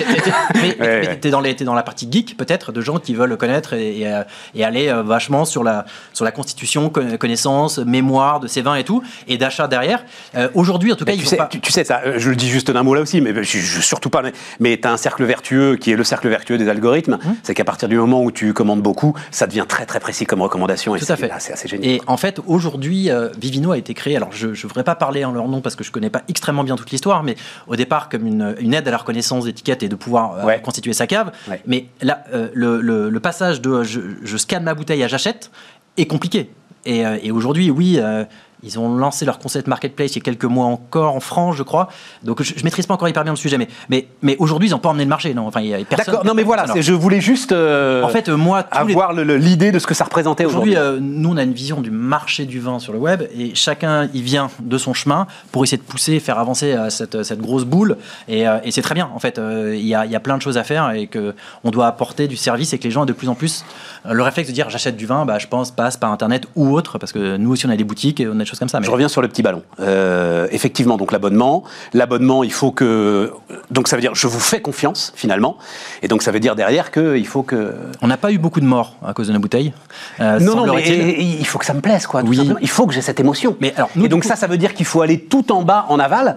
t'es dans la partie geek, peut-être, de gens qui veulent le connaître et aller vachement sur la constitution, connaissance, mémoire de ces vins et tout, et d'achat derrière. Aujourd'hui, en tout cas, tu sais ça, je le dis juste d'un mot là aussi, mais je surtout pas. Mais tu as un cercle vertueux qui est le cercle vertueux des algorithmes. C'est qu'à partir du moment où tu commandes beaucoup, ça devient très très précis comme recommandation. Tout à fait. C'est assez génial. Et en fait, aujourd'hui, Vivino a été créé. Alors, je ne voudrais pas parler en leur nom parce que je connais pas extrêmement bien toute l'histoire, mais au départ, comme une aide à la reconnaissance d'étiquette et de pouvoir constituer sa cave. Mais là, le passage de je scanne ma bouteille à j'achète est compliqué. Et aujourd'hui, oui, ils ont lancé leur concept marketplace il y a quelques mois encore en France, je crois. Donc je maîtrise pas encore hyper bien le sujet, mais aujourd'hui ils n'ont pas emmené le marché, non. Enfin, il y a personne. D'accord. Non, mais voilà, je voulais juste en fait, moi, avoir l'idée de ce que ça représentait aujourd'hui. Nous, on a une vision du marché du vin sur le web et chacun y vient de son chemin pour essayer de pousser, faire avancer cette grosse boule. Et c'est très bien. En fait, il y a plein de choses à faire et que on doit apporter du service et que les gens aient de plus en plus le réflexe de dire j'achète du vin, je pense passe par internet ou autre parce que nous aussi on a des boutiques et on a des choses comme ça. Je reviens sur le petit ballon. Effectivement, donc l'abonnement, il faut que... Donc ça veut dire, je vous fais confiance, finalement. Et donc ça veut dire derrière qu'il faut que... On n'a pas eu beaucoup de morts à cause de nos bouteilles. Non, mais il faut que ça me plaise, quoi. Oui. Il faut que j'ai cette émotion. Mais alors, et donc ça veut dire qu'il faut aller tout en bas, en aval.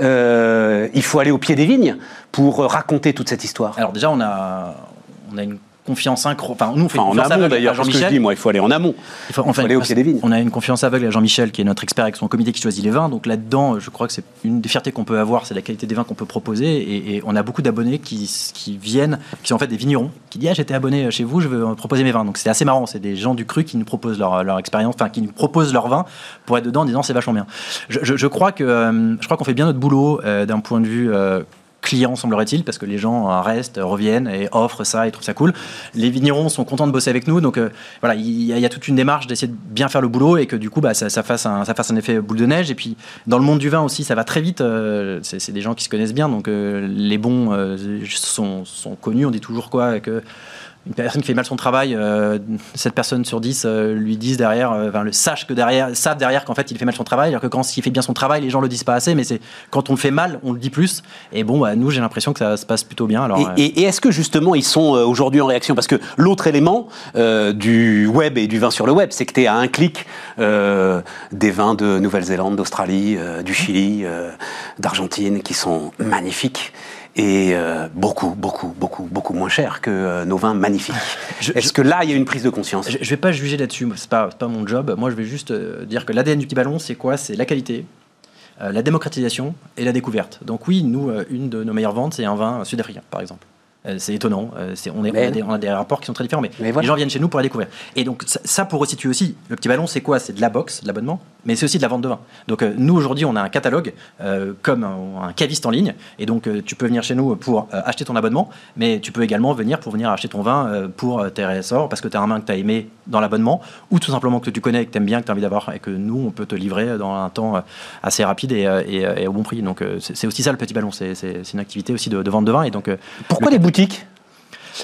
Il faut aller au pied des vignes pour raconter toute cette histoire. Alors déjà, on a une confiance nous on fait une en confiance amont aveugle d'ailleurs, à Jean-Michel. Ce que je dis, moi, il faut aller en amont. Il faut aller au pied des vignes. On a une confiance aveugle à Jean-Michel, qui est notre expert avec son comité qui choisit les vins. Donc là-dedans, je crois que c'est une des fiertés qu'on peut avoir, c'est la qualité des vins qu'on peut proposer. Et on a beaucoup d'abonnés qui viennent, qui sont en fait des vignerons, qui disent j'étais abonné chez vous, je veux proposer mes vins. Donc c'est assez marrant. C'est des gens du cru qui nous proposent leur expérience, qui nous proposent leur vin pour être dedans en disant c'est vachement bien. Je crois qu'on fait bien notre boulot d'un point de vue clients, semblerait-il, parce que les gens restent, reviennent et offrent ça et trouvent ça cool. Les vignerons sont contents de bosser avec nous, donc voilà, il y a toute une démarche d'essayer de bien faire le boulot et que du coup, ça fasse un effet boule de neige. Et puis, dans le monde du vin aussi, ça va très vite. C'est des gens qui se connaissent bien, donc les bons sont connus. On dit toujours quoi que une personne qui fait mal son travail, 7 personnes sur 10 lui disent derrière, savent derrière qu'en fait il fait mal son travail, alors que quand il fait bien son travail, les gens le disent pas assez, mais c'est quand on le fait mal, on le dit plus. Et bon, nous j'ai l'impression que ça se passe plutôt bien. Alors, et est-ce que justement ils sont aujourd'hui en réaction ? Parce que l'autre élément du web et du vin sur le web, c'est que tu es à un clic des vins de Nouvelle-Zélande, d'Australie, du Chili, d'Argentine, qui sont magnifiques. Et beaucoup moins cher que nos vins magnifiques. Est-ce que là, il y a une prise de conscience ? Je ne vais pas juger là-dessus, c'est pas mon job. Moi, je vais juste dire que l'ADN du petit ballon, c'est quoi ? C'est la qualité, la démocratisation et la découverte. Donc oui, nous, une de nos meilleures ventes, c'est un vin sud-africain, par exemple. C'est étonnant, on a des rapports qui sont très différents, mais voilà. Les gens viennent chez nous pour la découvrir. Et donc ça pour resituer aussi, le petit ballon c'est quoi ? C'est de la box, de l'abonnement, mais c'est aussi de la vente de vin. Donc nous aujourd'hui on a un catalogue comme un caviste en ligne, et donc tu peux venir chez nous pour acheter ton abonnement, mais tu peux également venir acheter ton vin pour tes ressorts, parce que tu as un vin que tu as aimé dans l'abonnement, ou tout simplement que tu connais, que tu aimes bien, que tu as envie d'avoir, et que nous on peut te livrer dans un temps assez rapide et au bon prix. Donc c'est aussi ça le petit ballon, c'est une activité aussi de vente de vin. Et donc, pourquoi les boutiques ?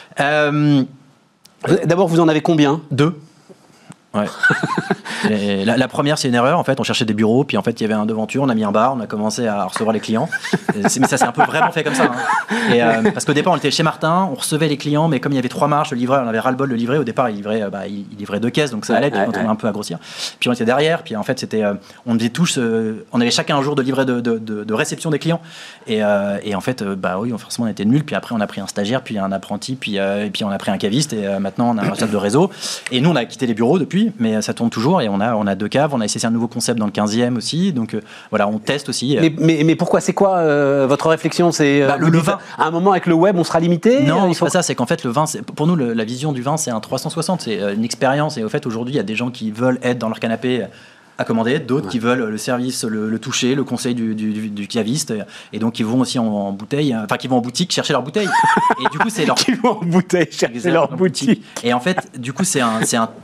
D'abord, vous en avez combien ? 2. Ouais. La première, c'est une erreur. En fait, on cherchait des bureaux, puis en fait, il y avait un devanture, on a mis un bar, on a commencé à recevoir les clients. Mais ça, c'est un peu vraiment fait comme ça. Hein. Parce qu'au départ, on était chez Martin, on recevait les clients, mais comme il y avait 3 marches, le livreur, on avait ras-le-bol de livrer. Au départ, il livrait 2 caisses, donc ça allait, puis on continuait un peu à grossir. Puis on était derrière, puis en fait, on devait tous, on avait chacun un jour de livret de réception des clients. Et en fait, oui, forcément, on était nuls. Puis après, on a pris un stagiaire, puis un apprenti, et puis on a pris un caviste, et maintenant, on a un responsable de réseau. Et nous, on a quitté les bureaux depuis, mais ça tourne toujours, et on a 2 caves. On a essayé un nouveau concept dans le 15e aussi, donc voilà, on teste aussi. Mais pourquoi? C'est quoi votre réflexion? C'est le vin. À un moment, avec le web, on sera limité? Non, c'est pas ça. C'est qu'en fait, le vin, pour nous, la vision du vin, c'est un 360. C'est une expérience. Et au fait, aujourd'hui, il y a des gens qui veulent être dans leur canapé à commander, d'autres qui veulent le service, le toucher, le conseil du caviste, et donc ils vont aussi en bouteille, enfin qui vont en boutique chercher leur bouteille. Et du coup, c'est leur qui vont en bouteille chercher leur boutique. Et en fait, du coup, c'est un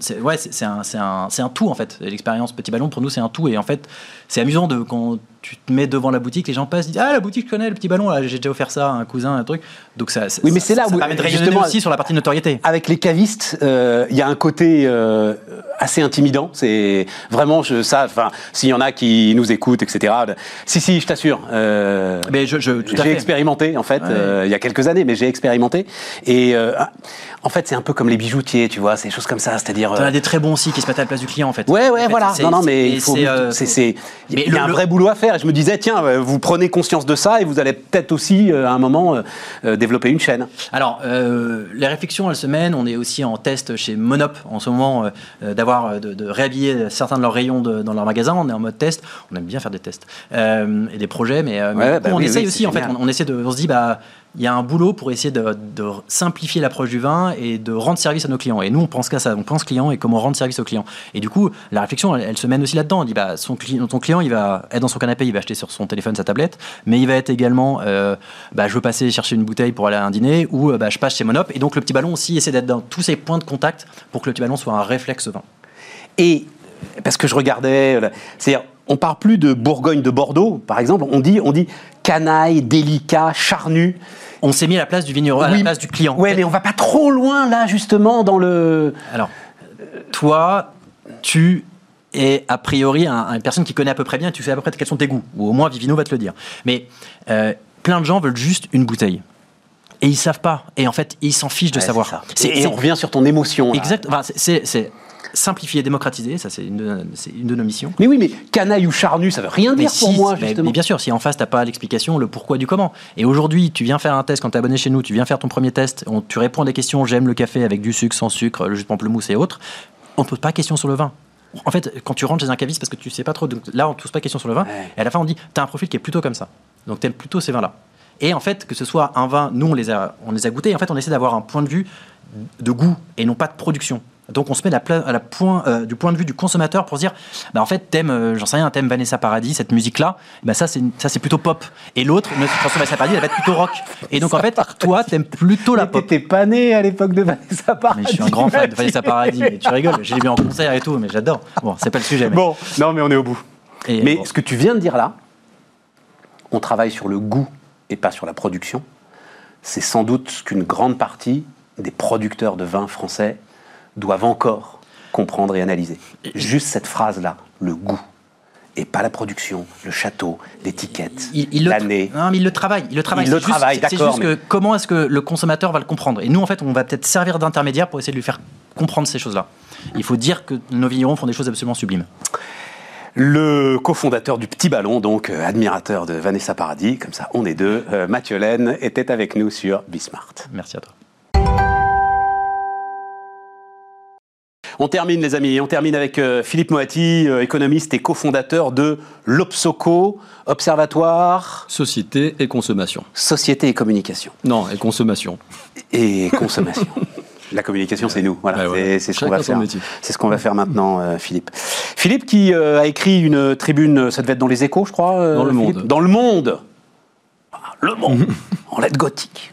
tout en fait. L'expérience Petit Ballon pour nous, c'est un tout. Et en fait, c'est amusant quand tu te mets devant la boutique, les gens passent, disent la boutique, je connais, le Petit Ballon, là, j'ai déjà offert ça à un cousin, un truc. Donc oui, mais c'est là ça où permet de rayonner aussi sur la partie notoriété. Avec les cavistes, il y a un côté assez intimidant. C'est vraiment s'il y en a qui nous écoutent, etc. Si, je t'assure. Mais j'ai expérimenté en fait il y a quelques années, mais j'ai expérimenté et en fait c'est un peu comme les bijoutiers, tu vois, c'est des choses comme ça, c'est-à-dire. T'en as des très bons aussi qui se mettent à la place du client en fait. Ouais, voilà. Non, mais il y a un vrai boulot à faire. Et je me disais, tiens, vous prenez conscience de ça et vous allez peut-être aussi à un moment développer une chaîne. Alors, les réflexions, elles se mènent. On est aussi en test chez Monop en ce moment de réhabiller certains de leurs rayons dans leur magasin. On est en mode test. On aime bien faire des tests et des projets, mais on essaye aussi. En fait, on essaie on se dit, il y a un boulot pour essayer de simplifier l'approche du vin et de rendre service à nos clients. Et nous, on pense qu'à ça. On pense client et comment rendre service aux clients. Et du coup, la réflexion, elle se mène aussi là-dedans. On dit, ton client, il va être dans son canapé, il va acheter sur son téléphone, sa tablette, mais il va être également, je veux passer chercher une bouteille pour aller à un dîner, ou je passe chez Monop. Et donc, le Petit Ballon aussi essaie d'être dans tous ces points de contact pour que le Petit Ballon soit un réflexe vin. Et parce que je regardais, c'est-à-dire, on parle plus de Bourgogne de Bordeaux, par exemple. On dit canaille, délicat, charnu. On s'est mis à la place du vigneron, à la place du client. Ouais, mais on va pas trop loin là, justement, dans le. Alors, toi, tu es a priori une personne qui connaît à peu près bien. Tu sais à peu près quels sont tes goûts, ou au moins Vivino va te le dire. Mais plein de gens veulent juste une bouteille. Et ils savent pas. Et en fait, ils s'en fichent de savoir. Et on revient sur ton émotion. Exact. Enfin, c'est simplifier, démocratiser, ça c'est une de nos missions. Mais oui, mais canaille ou charnu, ça veut rien dire pour moi, justement. Mais bien sûr, si en face, tu n'as pas l'explication, le pourquoi du comment. Et aujourd'hui, tu viens faire un test, quand tu es abonné chez nous, tu viens faire ton premier test, tu réponds à des questions, j'aime le café avec du sucre, sans sucre, le jus de pamplemousse et autres. On ne pose pas question sur le vin. En fait, quand tu rentres chez un caviste, parce que tu ne sais pas trop, donc là, on ne pose pas question sur le vin, et à la fin, on dit, tu as un profil qui est plutôt comme ça. Donc, tu aimes plutôt ces vins-là. Et en fait, que ce soit un vin, nous, on les a goûtés, et en fait, on essaie d'avoir un point de vue de goût et non pas de production. Donc on se met du point de vue du consommateur pour se dire, en fait, j'en sais rien, t'aimes Vanessa Paradis, cette musique-là, ça c'est plutôt pop. Et l'autre, notre Vanessa Paradis, elle va être plutôt rock. Et donc en fait, toi, t'aimes plutôt la pop. T'étais pas né à l'époque de Vanessa Paradis. Mais je suis un grand fan de Vanessa Paradis, mais tu rigoles, j'ai vu en concert et tout, mais j'adore. Bon, c'est pas le sujet. Mais... Bon, non, mais on est au bout. Ce que tu viens de dire là, on travaille sur le goût et pas sur la production. C'est sans doute ce qu'une grande partie des producteurs de vin français doivent encore comprendre et analyser. Juste cette phrase-là, le goût, et pas la production, le château, l'étiquette, l'année. Non, mais il le travaille. C'est juste que comment est-ce que le consommateur va le comprendre. Et nous, en fait, on va peut-être servir d'intermédiaire pour essayer de lui faire comprendre ces choses-là. Il faut dire que nos vignerons font des choses absolument sublimes. Le cofondateur du Petit Ballon, donc admirateur de Vanessa Paradis, comme ça on est deux, Mathieu Laine, était avec nous sur Bismart. Merci à toi. On termine les amis, on termine avec Philippe Moati, économiste et cofondateur de l'Obsoco, Observatoire... Société et consommation. Société et communication. Non, et consommation. Et consommation. La communication, c'est nous. Voilà, c'est ce qu'on va faire. C'est ce qu'on va faire maintenant, Philippe. Philippe qui a écrit une tribune, ça devait être dans les Échos, je crois. Dans le Monde. Dans le Monde. Le Monde, en lettres gothiques.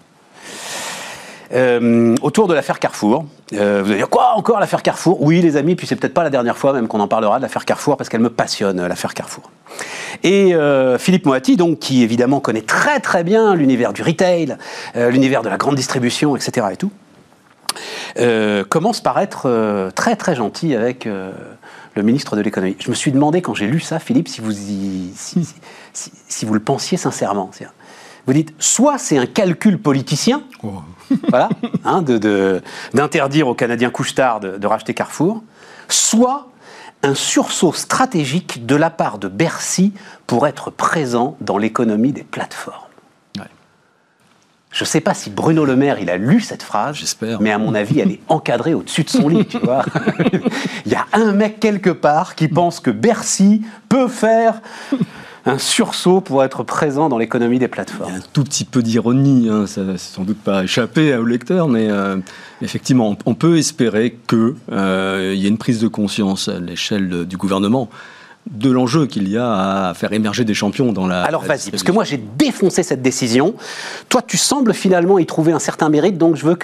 Autour de l'affaire Carrefour. Vous allez dire, quoi, encore l'affaire Carrefour? Oui, les amis, puis c'est peut-être pas la dernière fois même qu'on en parlera de l'affaire Carrefour, parce qu'elle me passionne, l'affaire Carrefour. Et Philippe Moati, donc, qui évidemment connaît très très bien l'univers du retail, l'univers de la grande distribution, etc. et tout, commence par être très très gentil avec le ministre de l'économie. Je me suis demandé quand j'ai lu ça, Philippe, si vous le pensiez sincèrement. C'est-à-dire, vous dites, soit c'est un calcul politicien, voilà, d'interdire aux Canadiens Couche-Tard de racheter Carrefour, soit un sursaut stratégique de la part de Bercy pour être présent dans l'économie des plateformes. Ouais. Je ne sais pas si Bruno Le Maire, il a lu cette phrase, j'espère, mais à mon avis, elle est encadrée au-dessus de son lit, tu vois. Il y a un mec quelque part qui pense que Bercy peut faire un sursaut pour être présent dans l'économie des plateformes. Il y a un tout petit peu d'ironie, hein, ça n'a sans doute pas échappé au lecteur, mais effectivement, on peut espérer qu'il y ait une prise de conscience à l'échelle du gouvernement de l'enjeu qu'il y a à faire émerger des champions dans la... Alors vas-y, parce que moi j'ai défoncé cette décision. Toi, tu sembles finalement y trouver un certain mérite, donc je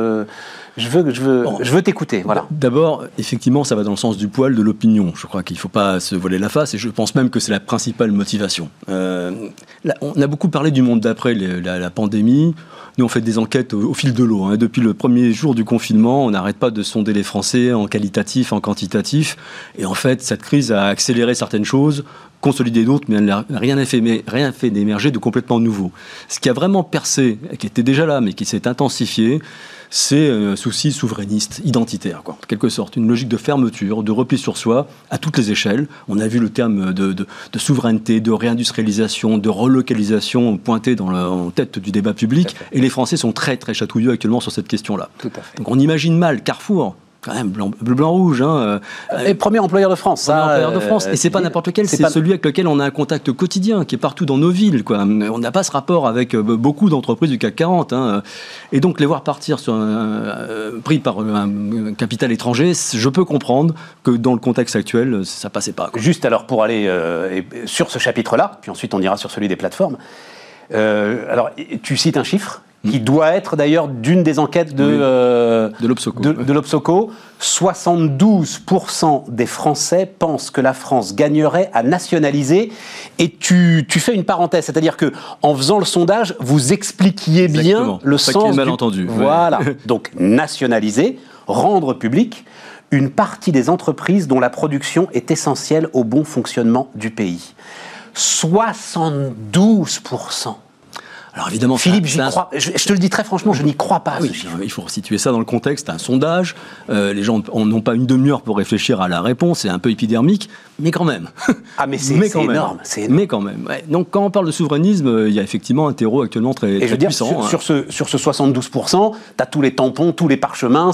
veux t'écouter. Voilà. D'abord, effectivement, ça va dans le sens du poil de l'opinion. Je crois qu'il ne faut pas se voiler la face et je pense même que c'est la principale motivation. Là, on a beaucoup parlé du monde d'après la pandémie. Nous, on fait des enquêtes au fil de l'eau. Hein. Depuis le premier jour du confinement, on n'arrête pas de sonder les Français en qualitatif, en quantitatif. Et en fait, cette crise a accéléré certaines choses, consolidé d'autres, mais elle n'a rien fait d'émerger de complètement nouveau. Ce qui a vraiment percé, qui était déjà là, mais qui s'est intensifié, c'est un souci souverainiste, identitaire, quoi. En quelque sorte, une logique de fermeture, de repli sur soi, à toutes les échelles. On a vu le terme de souveraineté, de réindustrialisation, de relocalisation pointé en tête du débat public. Et les Français sont très, très chatouilleux actuellement sur cette question-là. Tout à fait. Donc on imagine mal Carrefour, quand même, bleu-blanc-rouge. Hein, et premier employeur de France. Employeur de France. Et c'est pas n'importe lequel, c'est celui avec lequel on a un contact quotidien, qui est partout dans nos villes, quoi. On n'a pas ce rapport avec beaucoup d'entreprises du CAC 40. Hein. Et donc, les voir partir pris par un capital étranger, je peux comprendre que dans le contexte actuel, ça passait pas, quoi. Juste alors, pour aller sur ce chapitre-là, puis ensuite on ira sur celui des plateformes. Alors, tu cites un chiffre qui doit être d'ailleurs d'une des enquêtes de l'Obsoco. 72% des Français pensent que la France gagnerait à nationaliser. Et tu fais une parenthèse, c'est-à-dire que en faisant le sondage, vous expliquiez bien le sens du malentendu. Voilà. Donc nationaliser, rendre public une partie des entreprises dont la production est essentielle au bon fonctionnement du pays. 72%. Alors évidemment, Philippe, je te le dis très franchement, je n'y crois pas à ce chiffre. Il faut situer ça dans le contexte, un sondage, les gens n'ont pas une demi-heure pour réfléchir à la réponse, c'est un peu épidermique, mais quand même. Ah mais c'est énorme. Mais quand même. Ouais. Donc quand on parle de souverainisme, il y a effectivement un terreau actuellement très puissant. Sur ce 72%, tu as tous les tampons, tous les parchemins,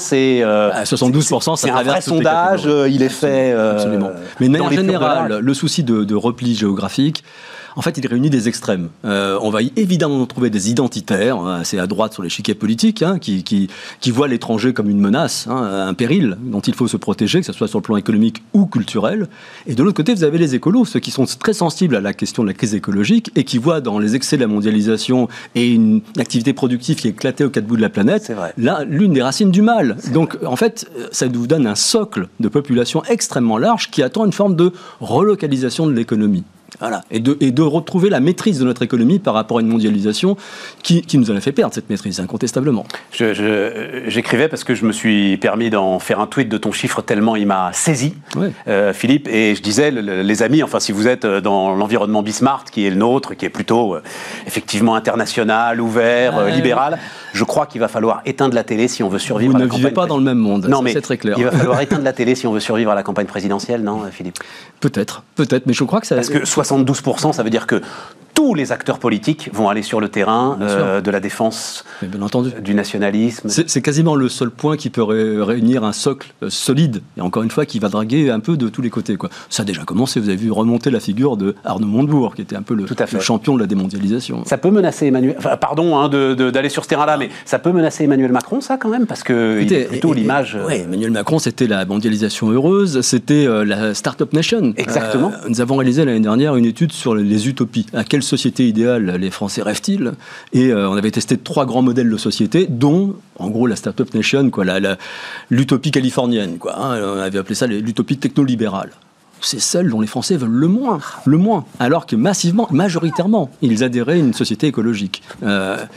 72%, c'est un vrai sondage, il est fait... Absolument. Mais de manière générale, le souci de repli géographique, en fait, il réunit des extrêmes. On va évidemment trouver des identitaires, assez à droite sur l'échiquier politique, hein, qui voient l'étranger comme une menace, hein, un péril dont il faut se protéger, que ce soit sur le plan économique ou culturel. Et de l'autre côté, vous avez les écolos, ceux qui sont très sensibles à la question de la crise écologique et qui voient dans les excès de la mondialisation et une activité productive qui est éclatée aux quatre bouts de la planète, là, l'une des racines du mal. Donc, en fait, ça vous donne un socle de population extrêmement large qui attend une forme de relocalisation de l'économie. Voilà. Et de retrouver la maîtrise de notre économie par rapport à une mondialisation qui nous en a fait perdre cette maîtrise, incontestablement. J'écrivais parce que je me suis permis d'en faire un tweet de ton chiffre tellement il m'a saisi, Philippe, et je disais, les amis, enfin si vous êtes dans l'environnement Bismart, qui est le nôtre, qui est plutôt effectivement international, ouvert, libéral, je crois qu'il va falloir éteindre la télé si on veut survivre à la campagne. Vous ne vivez pas dans le même monde, non, mais c'est très clair. Il va falloir éteindre la télé si on veut survivre à la campagne présidentielle, non, Philippe ? Peut-être, mais je crois que ça... Parce que 72%, ça veut dire que tous les acteurs politiques vont aller sur le terrain de la défense, bien entendu, du nationalisme. C'est quasiment le seul point qui peut réunir un socle solide, et encore une fois, qui va draguer un peu de tous les côtés, quoi. Ça a déjà commencé, vous avez vu remonter la figure de Arnaud Montebourg, qui était un peu le champion de la démondialisation. Ça peut menacer Emmanuel... Enfin, pardon d'aller sur ce terrain-là, mais ça peut menacer Emmanuel Macron, ça, quand même, parce qu'il est plutôt l'image... Oui, Emmanuel Macron, c'était la mondialisation heureuse, c'était la Startup Nation. Exactement. Nous avons réalisé l'année dernière une étude sur les utopies. À quelle société idéale les Français rêvent-ils ? Et on avait testé 3 grands modèles de société, dont, en gros, la Startup Nation, quoi, l'utopie californienne, quoi, hein, on avait appelé ça l'utopie technolibérale. C'est celle dont les Français veulent le moins, alors que massivement, majoritairement, ils adhéraient à une société écologique.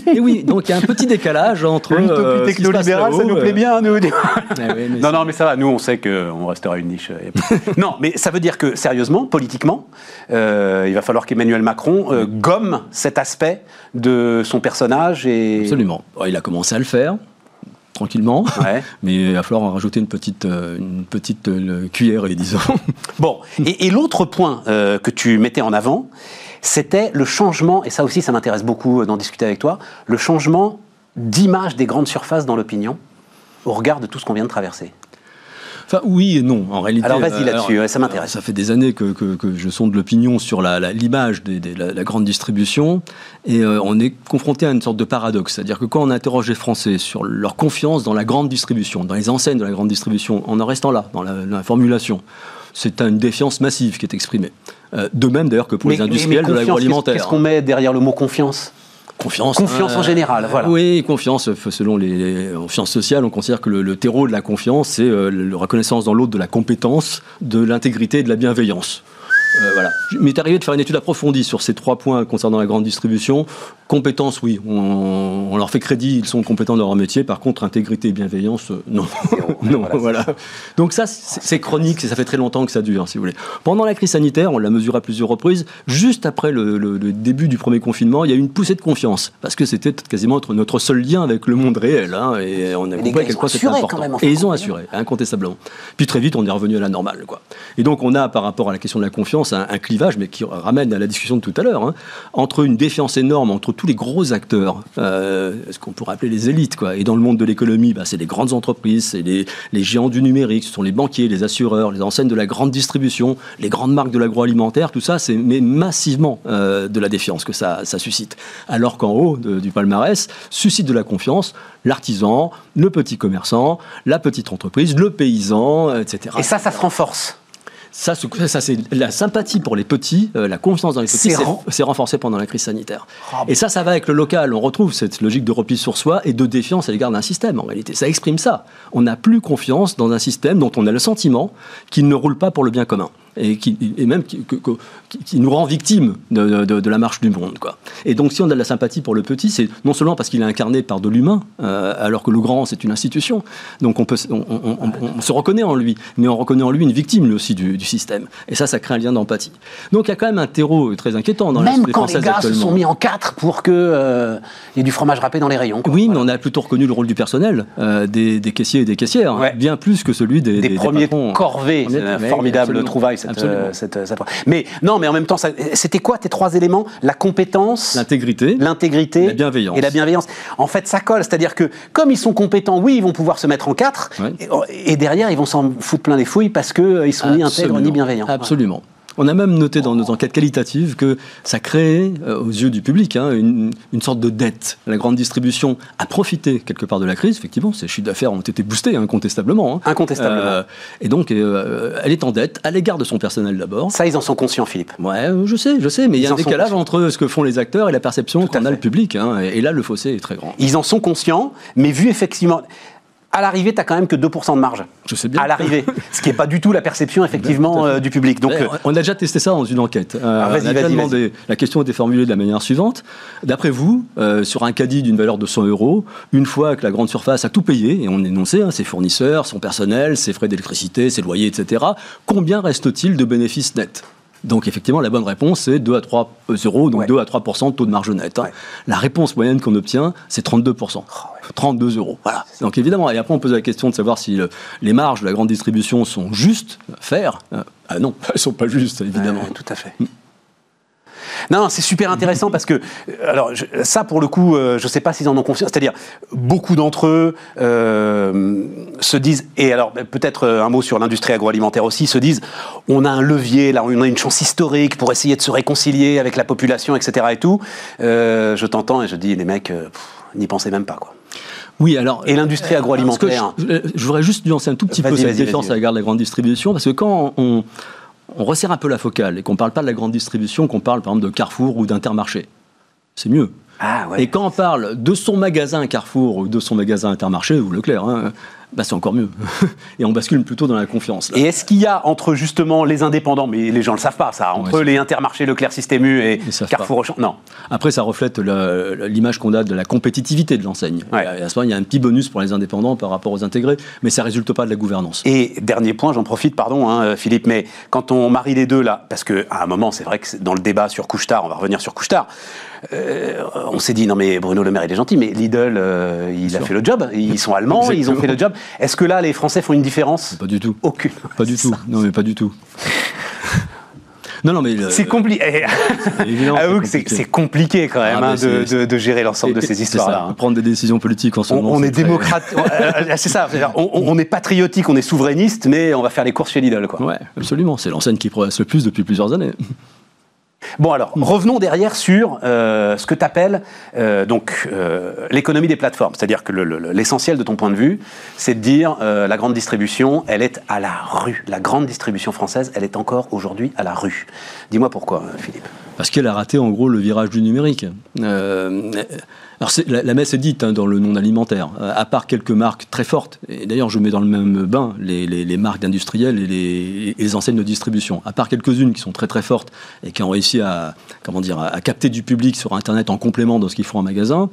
Et oui, donc il y a un petit décalage entre... L'utopie technolibérale, ça nous plaît bien, nous. Non, mais ça va, nous, on sait qu'on restera une niche. Non, mais ça veut dire que, sérieusement, politiquement, il va falloir qu'Emmanuel Macron gomme cet aspect de son personnage. Absolument. Il a commencé à le faire. Tranquillement, mais il va falloir en rajouter une petite cuillerée, disons. Bon, et l'autre point que tu mettais en avant, c'était le changement, et ça aussi ça m'intéresse beaucoup d'en discuter avec toi, le changement d'image des grandes surfaces dans l'opinion au regard de tout ce qu'on vient de traverser. Enfin, oui et non, en réalité. Alors vas-y là-dessus, ça m'intéresse. Ça fait des années que je sonde l'opinion sur l'image de la grande distribution, et on est confronté à une sorte de paradoxe. C'est-à-dire que quand on interroge les Français sur leur confiance dans la grande distribution, dans les enseignes de la grande distribution, en restant là, dans la formulation, c'est une défiance massive qui est exprimée. De même d'ailleurs que pour les industriels de l'agroalimentaire. Qu'est-ce qu'on met derrière le mot confiance ? Confiance en général, voilà. Oui, confiance, selon les sciences sociales, on considère que le terreau de la confiance, c'est la reconnaissance dans l'autre de la compétence, de l'intégrité et de la bienveillance. Voilà. Il m'est arrivé de faire une étude approfondie sur ces 3 points concernant la grande distribution. Compétence, oui, on leur fait crédit, ils sont compétents dans leur métier. Par contre, intégrité et bienveillance, non. Non, voilà. Donc ça, c'est chronique, ça fait très longtemps que ça dure, si vous voulez. Pendant la crise sanitaire, on l'a mesuré à plusieurs reprises, juste après le début du premier confinement, il y a eu une poussée de confiance, parce que c'était quasiment notre seul lien avec le monde réel, hein, et on a compris à quel point c'était important. Et ils ont assuré, incontestablement. Puis très vite, on est revenu à la normale, quoi. Et donc, on a, par rapport à la question de la confiance, un clivage, mais qui ramène à la discussion de tout à l'heure, hein, entre une défiance énorme entre tous les gros acteurs, ce qu'on pourrait appeler les élites, quoi. Et dans le monde de l'économie, c'est les grandes entreprises, c'est les géants du numérique, ce sont les banquiers, les assureurs, les enseignes de la grande distribution, les grandes marques de l'agroalimentaire, tout ça, c'est massivement de la défiance que ça suscite. Alors qu'en haut du palmarès, suscite de la confiance l'artisan, le petit commerçant, la petite entreprise, le paysan, etc. Et ça se renforce. Ça, c'est la sympathie pour les petits, la confiance dans les petits, c'est renforcé pendant la crise sanitaire. Et ça va avec le local. On retrouve cette logique de repli sur soi et de défiance à l'égard d'un système, en réalité. Ça exprime ça. On n'a plus confiance dans un système dont on a le sentiment qu'il ne roule pas pour le bien commun. Et même qui nous rend victimes de la marche du monde, quoi. Et donc, si on a de la sympathie pour le petit, c'est non seulement parce qu'il est incarné par de l'humain, alors que le grand, c'est une institution. Donc, on se reconnaît en lui, mais on reconnaît en lui une victime, lui aussi, du système. Et ça crée un lien d'empathie. Donc, il y a quand même un terreau très inquiétant dans la société française actuellement. Même quand les gars se sont mis en 4 pour qu'il y ait du fromage râpé dans les rayons, quoi. Oui, mais on a plutôt reconnu le rôle du personnel, des caissiers et des caissières, bien plus que celui des premiers patrons. Corvées, c'est un formidable trouvaille. Mais non, mais en même temps, c'était quoi tes 3 éléments ? La compétence, l'intégrité, la bienveillance. Et la bienveillance. En fait, ça colle, c'est-à-dire que comme ils sont compétents, oui, ils vont pouvoir se mettre en 4, et derrière, ils vont s'en foutre plein les fouilles parce qu'ils sont ni intègres ni bienveillants. Absolument. On a même noté dans nos enquêtes qualitatives que ça créait, aux yeux du public, une sorte de dette. La grande distribution a profité quelque part de la crise, effectivement, ses chiffres d'affaires ont été boostés, incontestablement. Incontestablement. Et donc, elle est en dette à l'égard de son personnel d'abord. Ça, ils en sont conscients, Philippe. Ouais, je sais, mais il y a un décalage entre ce que font les acteurs et la perception qu'en a le public. Et là, le fossé est très grand. Ils en sont conscients, mais vu effectivement... À l'arrivée, tu n'as quand même que 2% de marge. Je sais bien. À l'arrivée. Ce qui n'est pas du tout la perception, effectivement, du public. Donc, on a déjà testé ça dans une enquête. Vas-y. La question était formulée de la manière suivante. D'après vous, sur un caddie d'une valeur de 100 €, une fois que la grande surface a tout payé, et on énonçait ses fournisseurs, son personnel, ses frais d'électricité, ses loyers, etc., combien reste-t-il de bénéfices nets ? Donc, effectivement, la bonne réponse, c'est 2 à 3 €, donc 2 à 3% de taux de marge net. La réponse moyenne qu'on obtient, c'est 32%. 32 €. Voilà. Donc, évidemment, et après, on pose la question de savoir si les marges de la grande distribution sont justes, fair. Ah non, elles ne sont pas justes, évidemment. Tout à fait. Non, c'est super intéressant parce que, alors, ça pour le coup, je ne sais pas s'ils en ont conscience. C'est-à-dire, beaucoup d'entre eux se disent, et alors peut-être un mot sur l'industrie agroalimentaire aussi, se disent, on a un levier, là, on a une chance historique pour essayer de se réconcilier avec la population, etc. et tout. Je t'entends et je dis, les mecs, n'y pensez même pas, quoi. Oui, alors, et l'industrie agroalimentaire. Je voudrais juste nuancer un tout petit peu cette défiance à l'égard de la grande distribution, parce que quand on resserre un peu la focale et qu'on ne parle pas de la grande distribution, qu'on parle par exemple de Carrefour ou d'Intermarché, c'est mieux. Ah, ouais. Et quand on parle de son magasin Carrefour ou de son magasin Intermarché ou Leclerc, c'est encore mieux. Et on bascule plutôt dans la confiance. Là. Et est-ce qu'il y a entre justement les indépendants, mais les gens ne le savent pas ça, entre les Intermarché, Leclerc Système U et Carrefour Auchan? Non. Après, ça reflète l'image qu'on a de la compétitivité de l'enseigne. Ouais. À ce moment, il y a un petit bonus pour les indépendants par rapport aux intégrés, mais ça ne résulte pas de la gouvernance. Et dernier point, j'en profite, pardon Philippe, mais quand on marie les deux là, parce qu'à un moment, c'est vrai que dans le débat sur Couche-Tard, on va revenir sur Couche-Tard, on s'est dit, non mais Bruno Le Maire il est gentil, mais Lidl, il a fait le job, ils sont allemands, exactement. Ils ont fait le job. Est-ce que là, les Français font une différence? Pas du tout. Aucune. Pas du tout. Non mais pas du tout. Non, mais c'est compliqué. Avoue que c'est compliqué quand même de gérer l'ensemble de ces histoires-là. Prendre des décisions politiques en ce moment. On est démocrate. C'est ça. On est patriotique, on est souverainiste, mais on va faire les courses chez Lidl, quoi. Ouais, absolument. C'est l'enseigne qui progresse le plus depuis plusieurs années. Bon alors, revenons derrière sur ce que tu appelles l'économie des plateformes. C'est-à-dire que l'essentiel de ton point de vue, c'est de dire la grande distribution, elle est à la rue. La grande distribution française, elle est encore aujourd'hui à la rue. Dis-moi pourquoi, Philippe. Parce qu'elle a raté en gros le virage du numérique. Alors la messe est dite dans le non alimentaire, à part quelques marques très fortes, et d'ailleurs je mets dans le même bain les marques industrielles et les enseignes de distribution, à part quelques-unes qui sont très très fortes et qui ont réussi à capter du public sur Internet en complément de ce qu'ils font en magasin,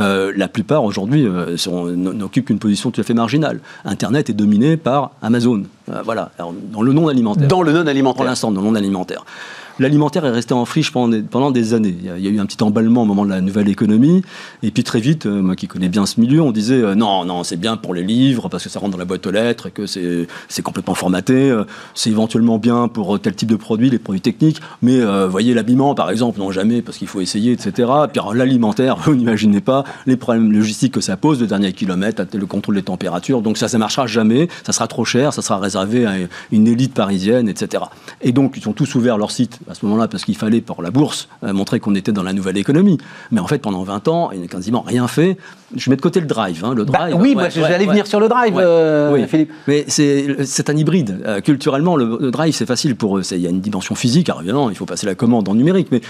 la plupart aujourd'hui n'occupent qu'une position tout à fait marginale. Internet est dominé par Amazon, voilà. Alors, dans le non alimentaire. Dans le non alimentaire. Pour l'instant, dans le non alimentaire. L'alimentaire est resté en friche pendant des années. Il y a eu un petit emballement au moment de la nouvelle économie. Et puis très vite, moi qui connais bien ce milieu, on disait non, c'est bien pour les livres parce que ça rentre dans la boîte aux lettres et que c'est complètement formaté. C'est éventuellement bien pour tel type de produit, les produits techniques. Mais voyez, l'habillement, par exemple, non jamais parce qu'il faut essayer, etc. Puis alors, l'alimentaire, vous n'imaginez pas les problèmes logistiques que ça pose, le dernier kilomètre, le contrôle des températures. Donc ça marchera jamais. Ça sera trop cher. Ça sera réservé à une élite parisienne, etc. Et donc, ils ont tous ouvert leur site à ce moment-là, parce qu'il fallait, pour la bourse, montrer qu'on était dans la nouvelle économie. Mais en fait, pendant 20 ans, il n'a quasiment rien fait. Je mets de côté le drive. J'allais venir sur le drive, Philippe. Mais c'est un hybride. Culturellement, le drive, c'est facile pour eux. Il y a une dimension physique. Alors évidemment, il faut passer la commande en numérique, mais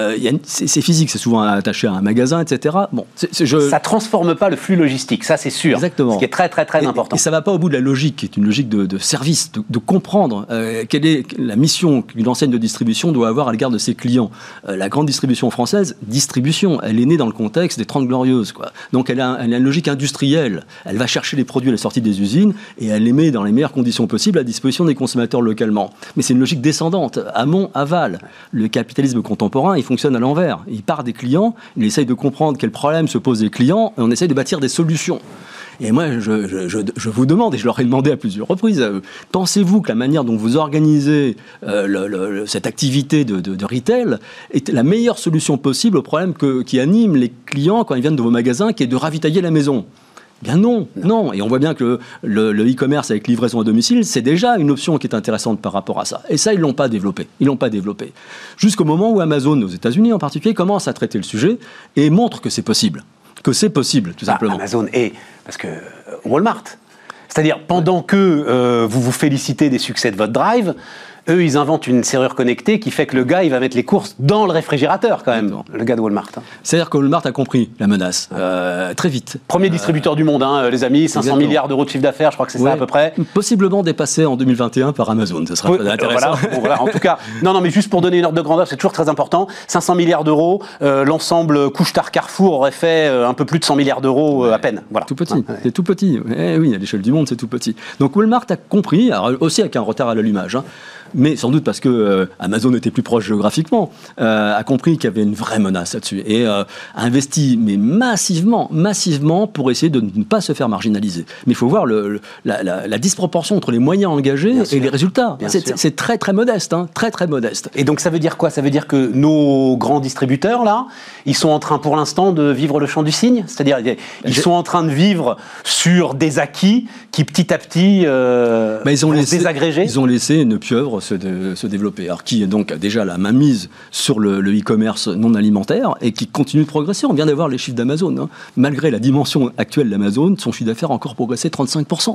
c'est physique. C'est souvent attaché à un magasin, etc. Bon, ça transforme pas le flux logistique, ça c'est sûr. Exactement. Ce qui est très, très, très important. Et ça va pas au bout de la logique, qui est une logique de service, de comprendre quelle est la mission qu'une enseigne de distribution doit avoir à l'égard de ses clients. La grande distribution française, elle est née dans le contexte des 30 Glorieuses, quoi. Donc elle a une logique industrielle. Elle va chercher les produits à la sortie des usines et elle les met dans les meilleures conditions possibles à disposition des consommateurs localement. Mais c'est une logique descendante, amont, aval. Le capitalisme contemporain, il fonctionne à l'envers. Il part des clients, il essaye de comprendre quels problèmes se posent les clients et on essaye de bâtir des solutions. Et moi, je vous demande, et je leur ai demandé à plusieurs reprises, pensez-vous que la manière dont vous organisez cette activité de retail est la meilleure solution possible au problème qui anime les clients quand ils viennent de vos magasins, qui est de ravitailler la maison? Bien non. Et on voit bien que le e-commerce avec livraison à domicile, c'est déjà une option qui est intéressante par rapport à ça. Et ça, ils l'ont pas développé. Jusqu'au moment où Amazon, aux États-Unis en particulier, commence à traiter le sujet et montre que c'est possible. Tout simplement. Amazon parce que Walmart. C'est-à-dire, pendant que vous vous félicitez des succès de votre drive, eux, ils inventent une serrure connectée qui fait que le gars, il va mettre les courses dans le réfrigérateur, quand même, le gars de Walmart. C'est-à-dire que Walmart a compris la menace, très vite. Premier distributeur du monde, les amis, 500 milliards d'euros de chiffre d'affaires, je crois que c'est ça à peu près. Possiblement dépassé en 2021 par Amazon, ça sera très intéressant. Voilà, en tout cas, non, mais juste pour donner une ordre de grandeur, c'est toujours très important, 500 milliards d'euros, l'ensemble Couche-Tard Carrefour aurait fait un peu plus de 100 milliards d'euros à peine. Voilà. Tout petit, c'est tout petit. Oui, à l'échelle du monde, c'est tout petit. Donc Walmart a compris, alors aussi avec un retard à l'allumage, mais sans doute parce que Amazon était plus proche géographiquement, a compris qu'il y avait une vraie menace là-dessus et a investi mais massivement pour essayer de ne pas se faire marginaliser. Mais il faut voir la disproportion entre les moyens engagés et les résultats. C'est très très modeste, très très modeste. Et donc ça veut dire quoi? Ça veut dire que nos grands distributeurs là, ils sont en train pour l'instant de vivre le chant du cygne, c'est-à-dire ils sont en train de vivre sur des acquis qui petit à petit vont se désagréger. Ils ont laissé une pieuvre se développer. Alors qui est donc déjà la mainmise sur le e-commerce non alimentaire et qui continue de progresser. On vient d'avoir les chiffres d'Amazon. Malgré la dimension actuelle d'Amazon, son chiffre d'affaires a encore progressé 35%.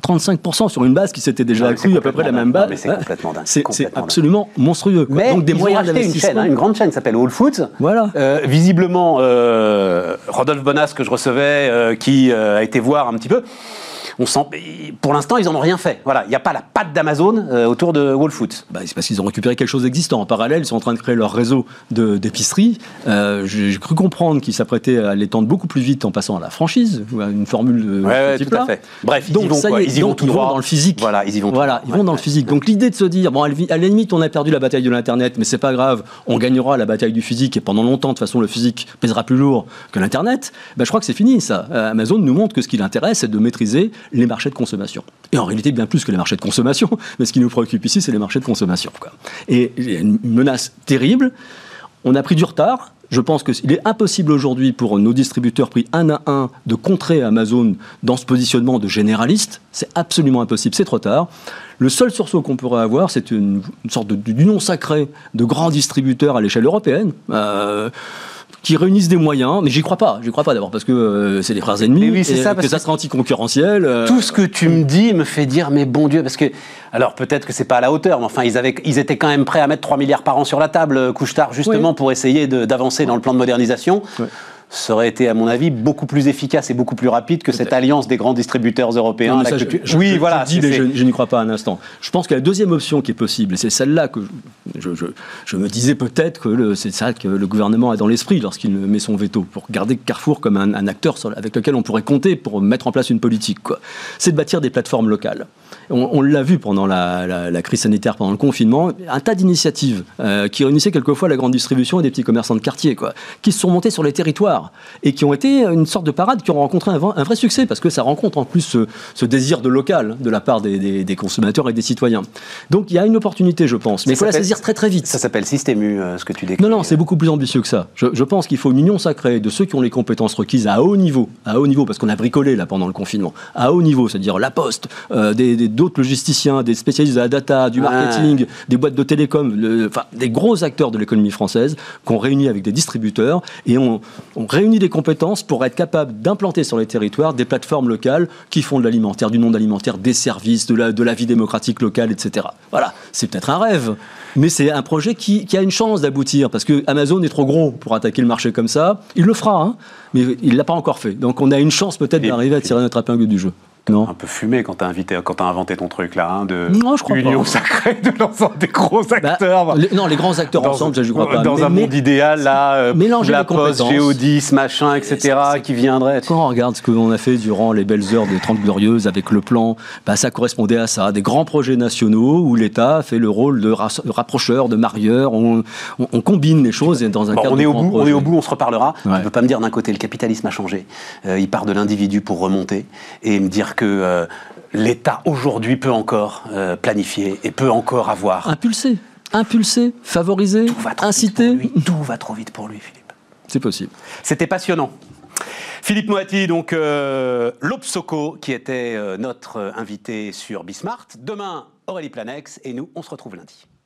35% sur une base qui s'était déjà accrue à peu près la même base. Mais c'est complètement dingue. C'est absolument monstrueux. Mais donc des moyens d'investissement. Une grande chaîne qui s'appelle Whole Foods. Voilà. Visiblement, Rodolphe Bonas que je recevais, qui a été voir un petit peu. on sent, pour l'instant, ils en ont rien fait. Voilà, il n'y a pas la patte d'Amazon autour de Whole Foods. C'est parce qu'ils ont récupéré quelque chose d'existant. En parallèle, ils sont en train de créer leur réseau d'épicerie. J'ai cru comprendre qu'ils s'apprêtaient à l'étendre beaucoup plus vite en passant à la franchise, une formule de ce type-là. Tout à fait. Bref, donc, ils y vont tout droit dans le physique. Voilà, ils y vont. Ils vont dans le physique. Donc l'idée de se dire, bon, à la limite, on a perdu la bataille de l'internet, mais c'est pas grave, on gagnera la bataille du physique et pendant longtemps, de toute façon, le physique pèsera plus lourd que l'internet. Je crois que c'est fini ça. Amazon nous montre que ce qui l'intéresse, c'est de maîtriser les marchés de consommation. Et en réalité, bien plus que les marchés de consommation, mais ce qui nous préoccupe ici, c'est les marchés de consommation, quoi. Et il y a une menace terrible. On a pris du retard. Je pense qu'il est impossible aujourd'hui pour nos distributeurs pris un à un de contrer Amazon dans ce positionnement de généraliste. C'est absolument impossible, c'est trop tard. Le seul sursaut qu'on pourrait avoir, c'est une sorte d'union sacrée de grands distributeurs à l'échelle européenne. Qui réunissent des moyens, mais j'y crois pas d'abord parce que c'est des frères ennemis, oui, c'est ça, que ça sera anticoncurrentiel. Tout ce que tu me dis me fait dire, mais bon Dieu, parce que, alors peut-être que c'est pas à la hauteur, mais enfin ils étaient quand même prêts à mettre 3 milliards par an sur la table, Couche-Tard, justement pour essayer d'avancer dans le plan de modernisation. Ça aurait été, à mon avis, beaucoup plus efficace et beaucoup plus rapide que cette alliance des grands distributeurs européens. Non, ça, je n'y crois pas un instant. Je pense que la deuxième option qui est possible, et c'est celle-là que je me disais peut-être que c'est ça que le gouvernement a dans l'esprit lorsqu'il met son veto, pour garder Carrefour comme un acteur avec lequel on pourrait compter pour mettre en place une politique, c'est de bâtir des plateformes locales. On l'a vu pendant la crise sanitaire, pendant le confinement, un tas d'initiatives qui réunissaient quelquefois la grande distribution et des petits commerçants de quartier, qui se sont montés sur les territoires et qui ont été une sorte de parade, qui ont rencontré un vrai succès, parce que ça rencontre en plus ce désir de local de la part des consommateurs et des citoyens. Donc il y a une opportunité, je pense, mais il faut la saisir très très vite. Ça s'appelle Système U, ce que tu décris. Non, c'est beaucoup plus ambitieux que ça. Je pense qu'il faut une union sacrée de ceux qui ont les compétences requises à haut niveau, parce qu'on a bricolé là pendant le confinement, à haut niveau, c'est-à-dire la Poste, d'autres logisticiens, des spécialistes de la data, du marketing, des boîtes de télécom, des gros acteurs de l'économie française qu'on réunit avec des distributeurs, et on réunit des compétences pour être capable d'implanter sur les territoires des plateformes locales qui font de l'alimentaire, du non alimentaire, des services, de la vie démocratique locale, etc. Voilà, c'est peut-être un rêve, mais c'est un projet qui a une chance d'aboutir, parce que Amazon est trop gros pour attaquer le marché comme ça. Il le fera, mais il ne l'a pas encore fait. Donc on a une chance peut-être d'arriver à tirer notre épingle du jeu. Non. Un peu fumé quand t'as inventé ton truc là, non, je crois l'union pas. Sacrée de l'ensemble des gros acteurs. Les grands acteurs ensemble, ça je crois pas. Dans un monde idéal là, la Poste, Géodis, machin, etc. qui viendrait. Quand on regarde ce qu'on a fait durant les belles heures des 30 Glorieuses avec le plan, ça correspondait à ça, des grands projets nationaux où l'État fait le rôle de rapprocheur, de marieur. On combine les choses dans un cadre de grand projet. On est au bout, on se reparlera. Tu ne peux pas me dire d'un côté le capitalisme a changé, il part de l'individu pour remonter, et me dire que l'État aujourd'hui peut encore planifier et peut encore avoir... Impulser, favoriser, inciter. Tout va trop vite pour lui, Philippe. C'est possible. C'était passionnant. Philippe Moati, donc l'Obsoco, qui était notre invité sur Bismart. Demain, Aurélie Planex, et nous, on se retrouve lundi.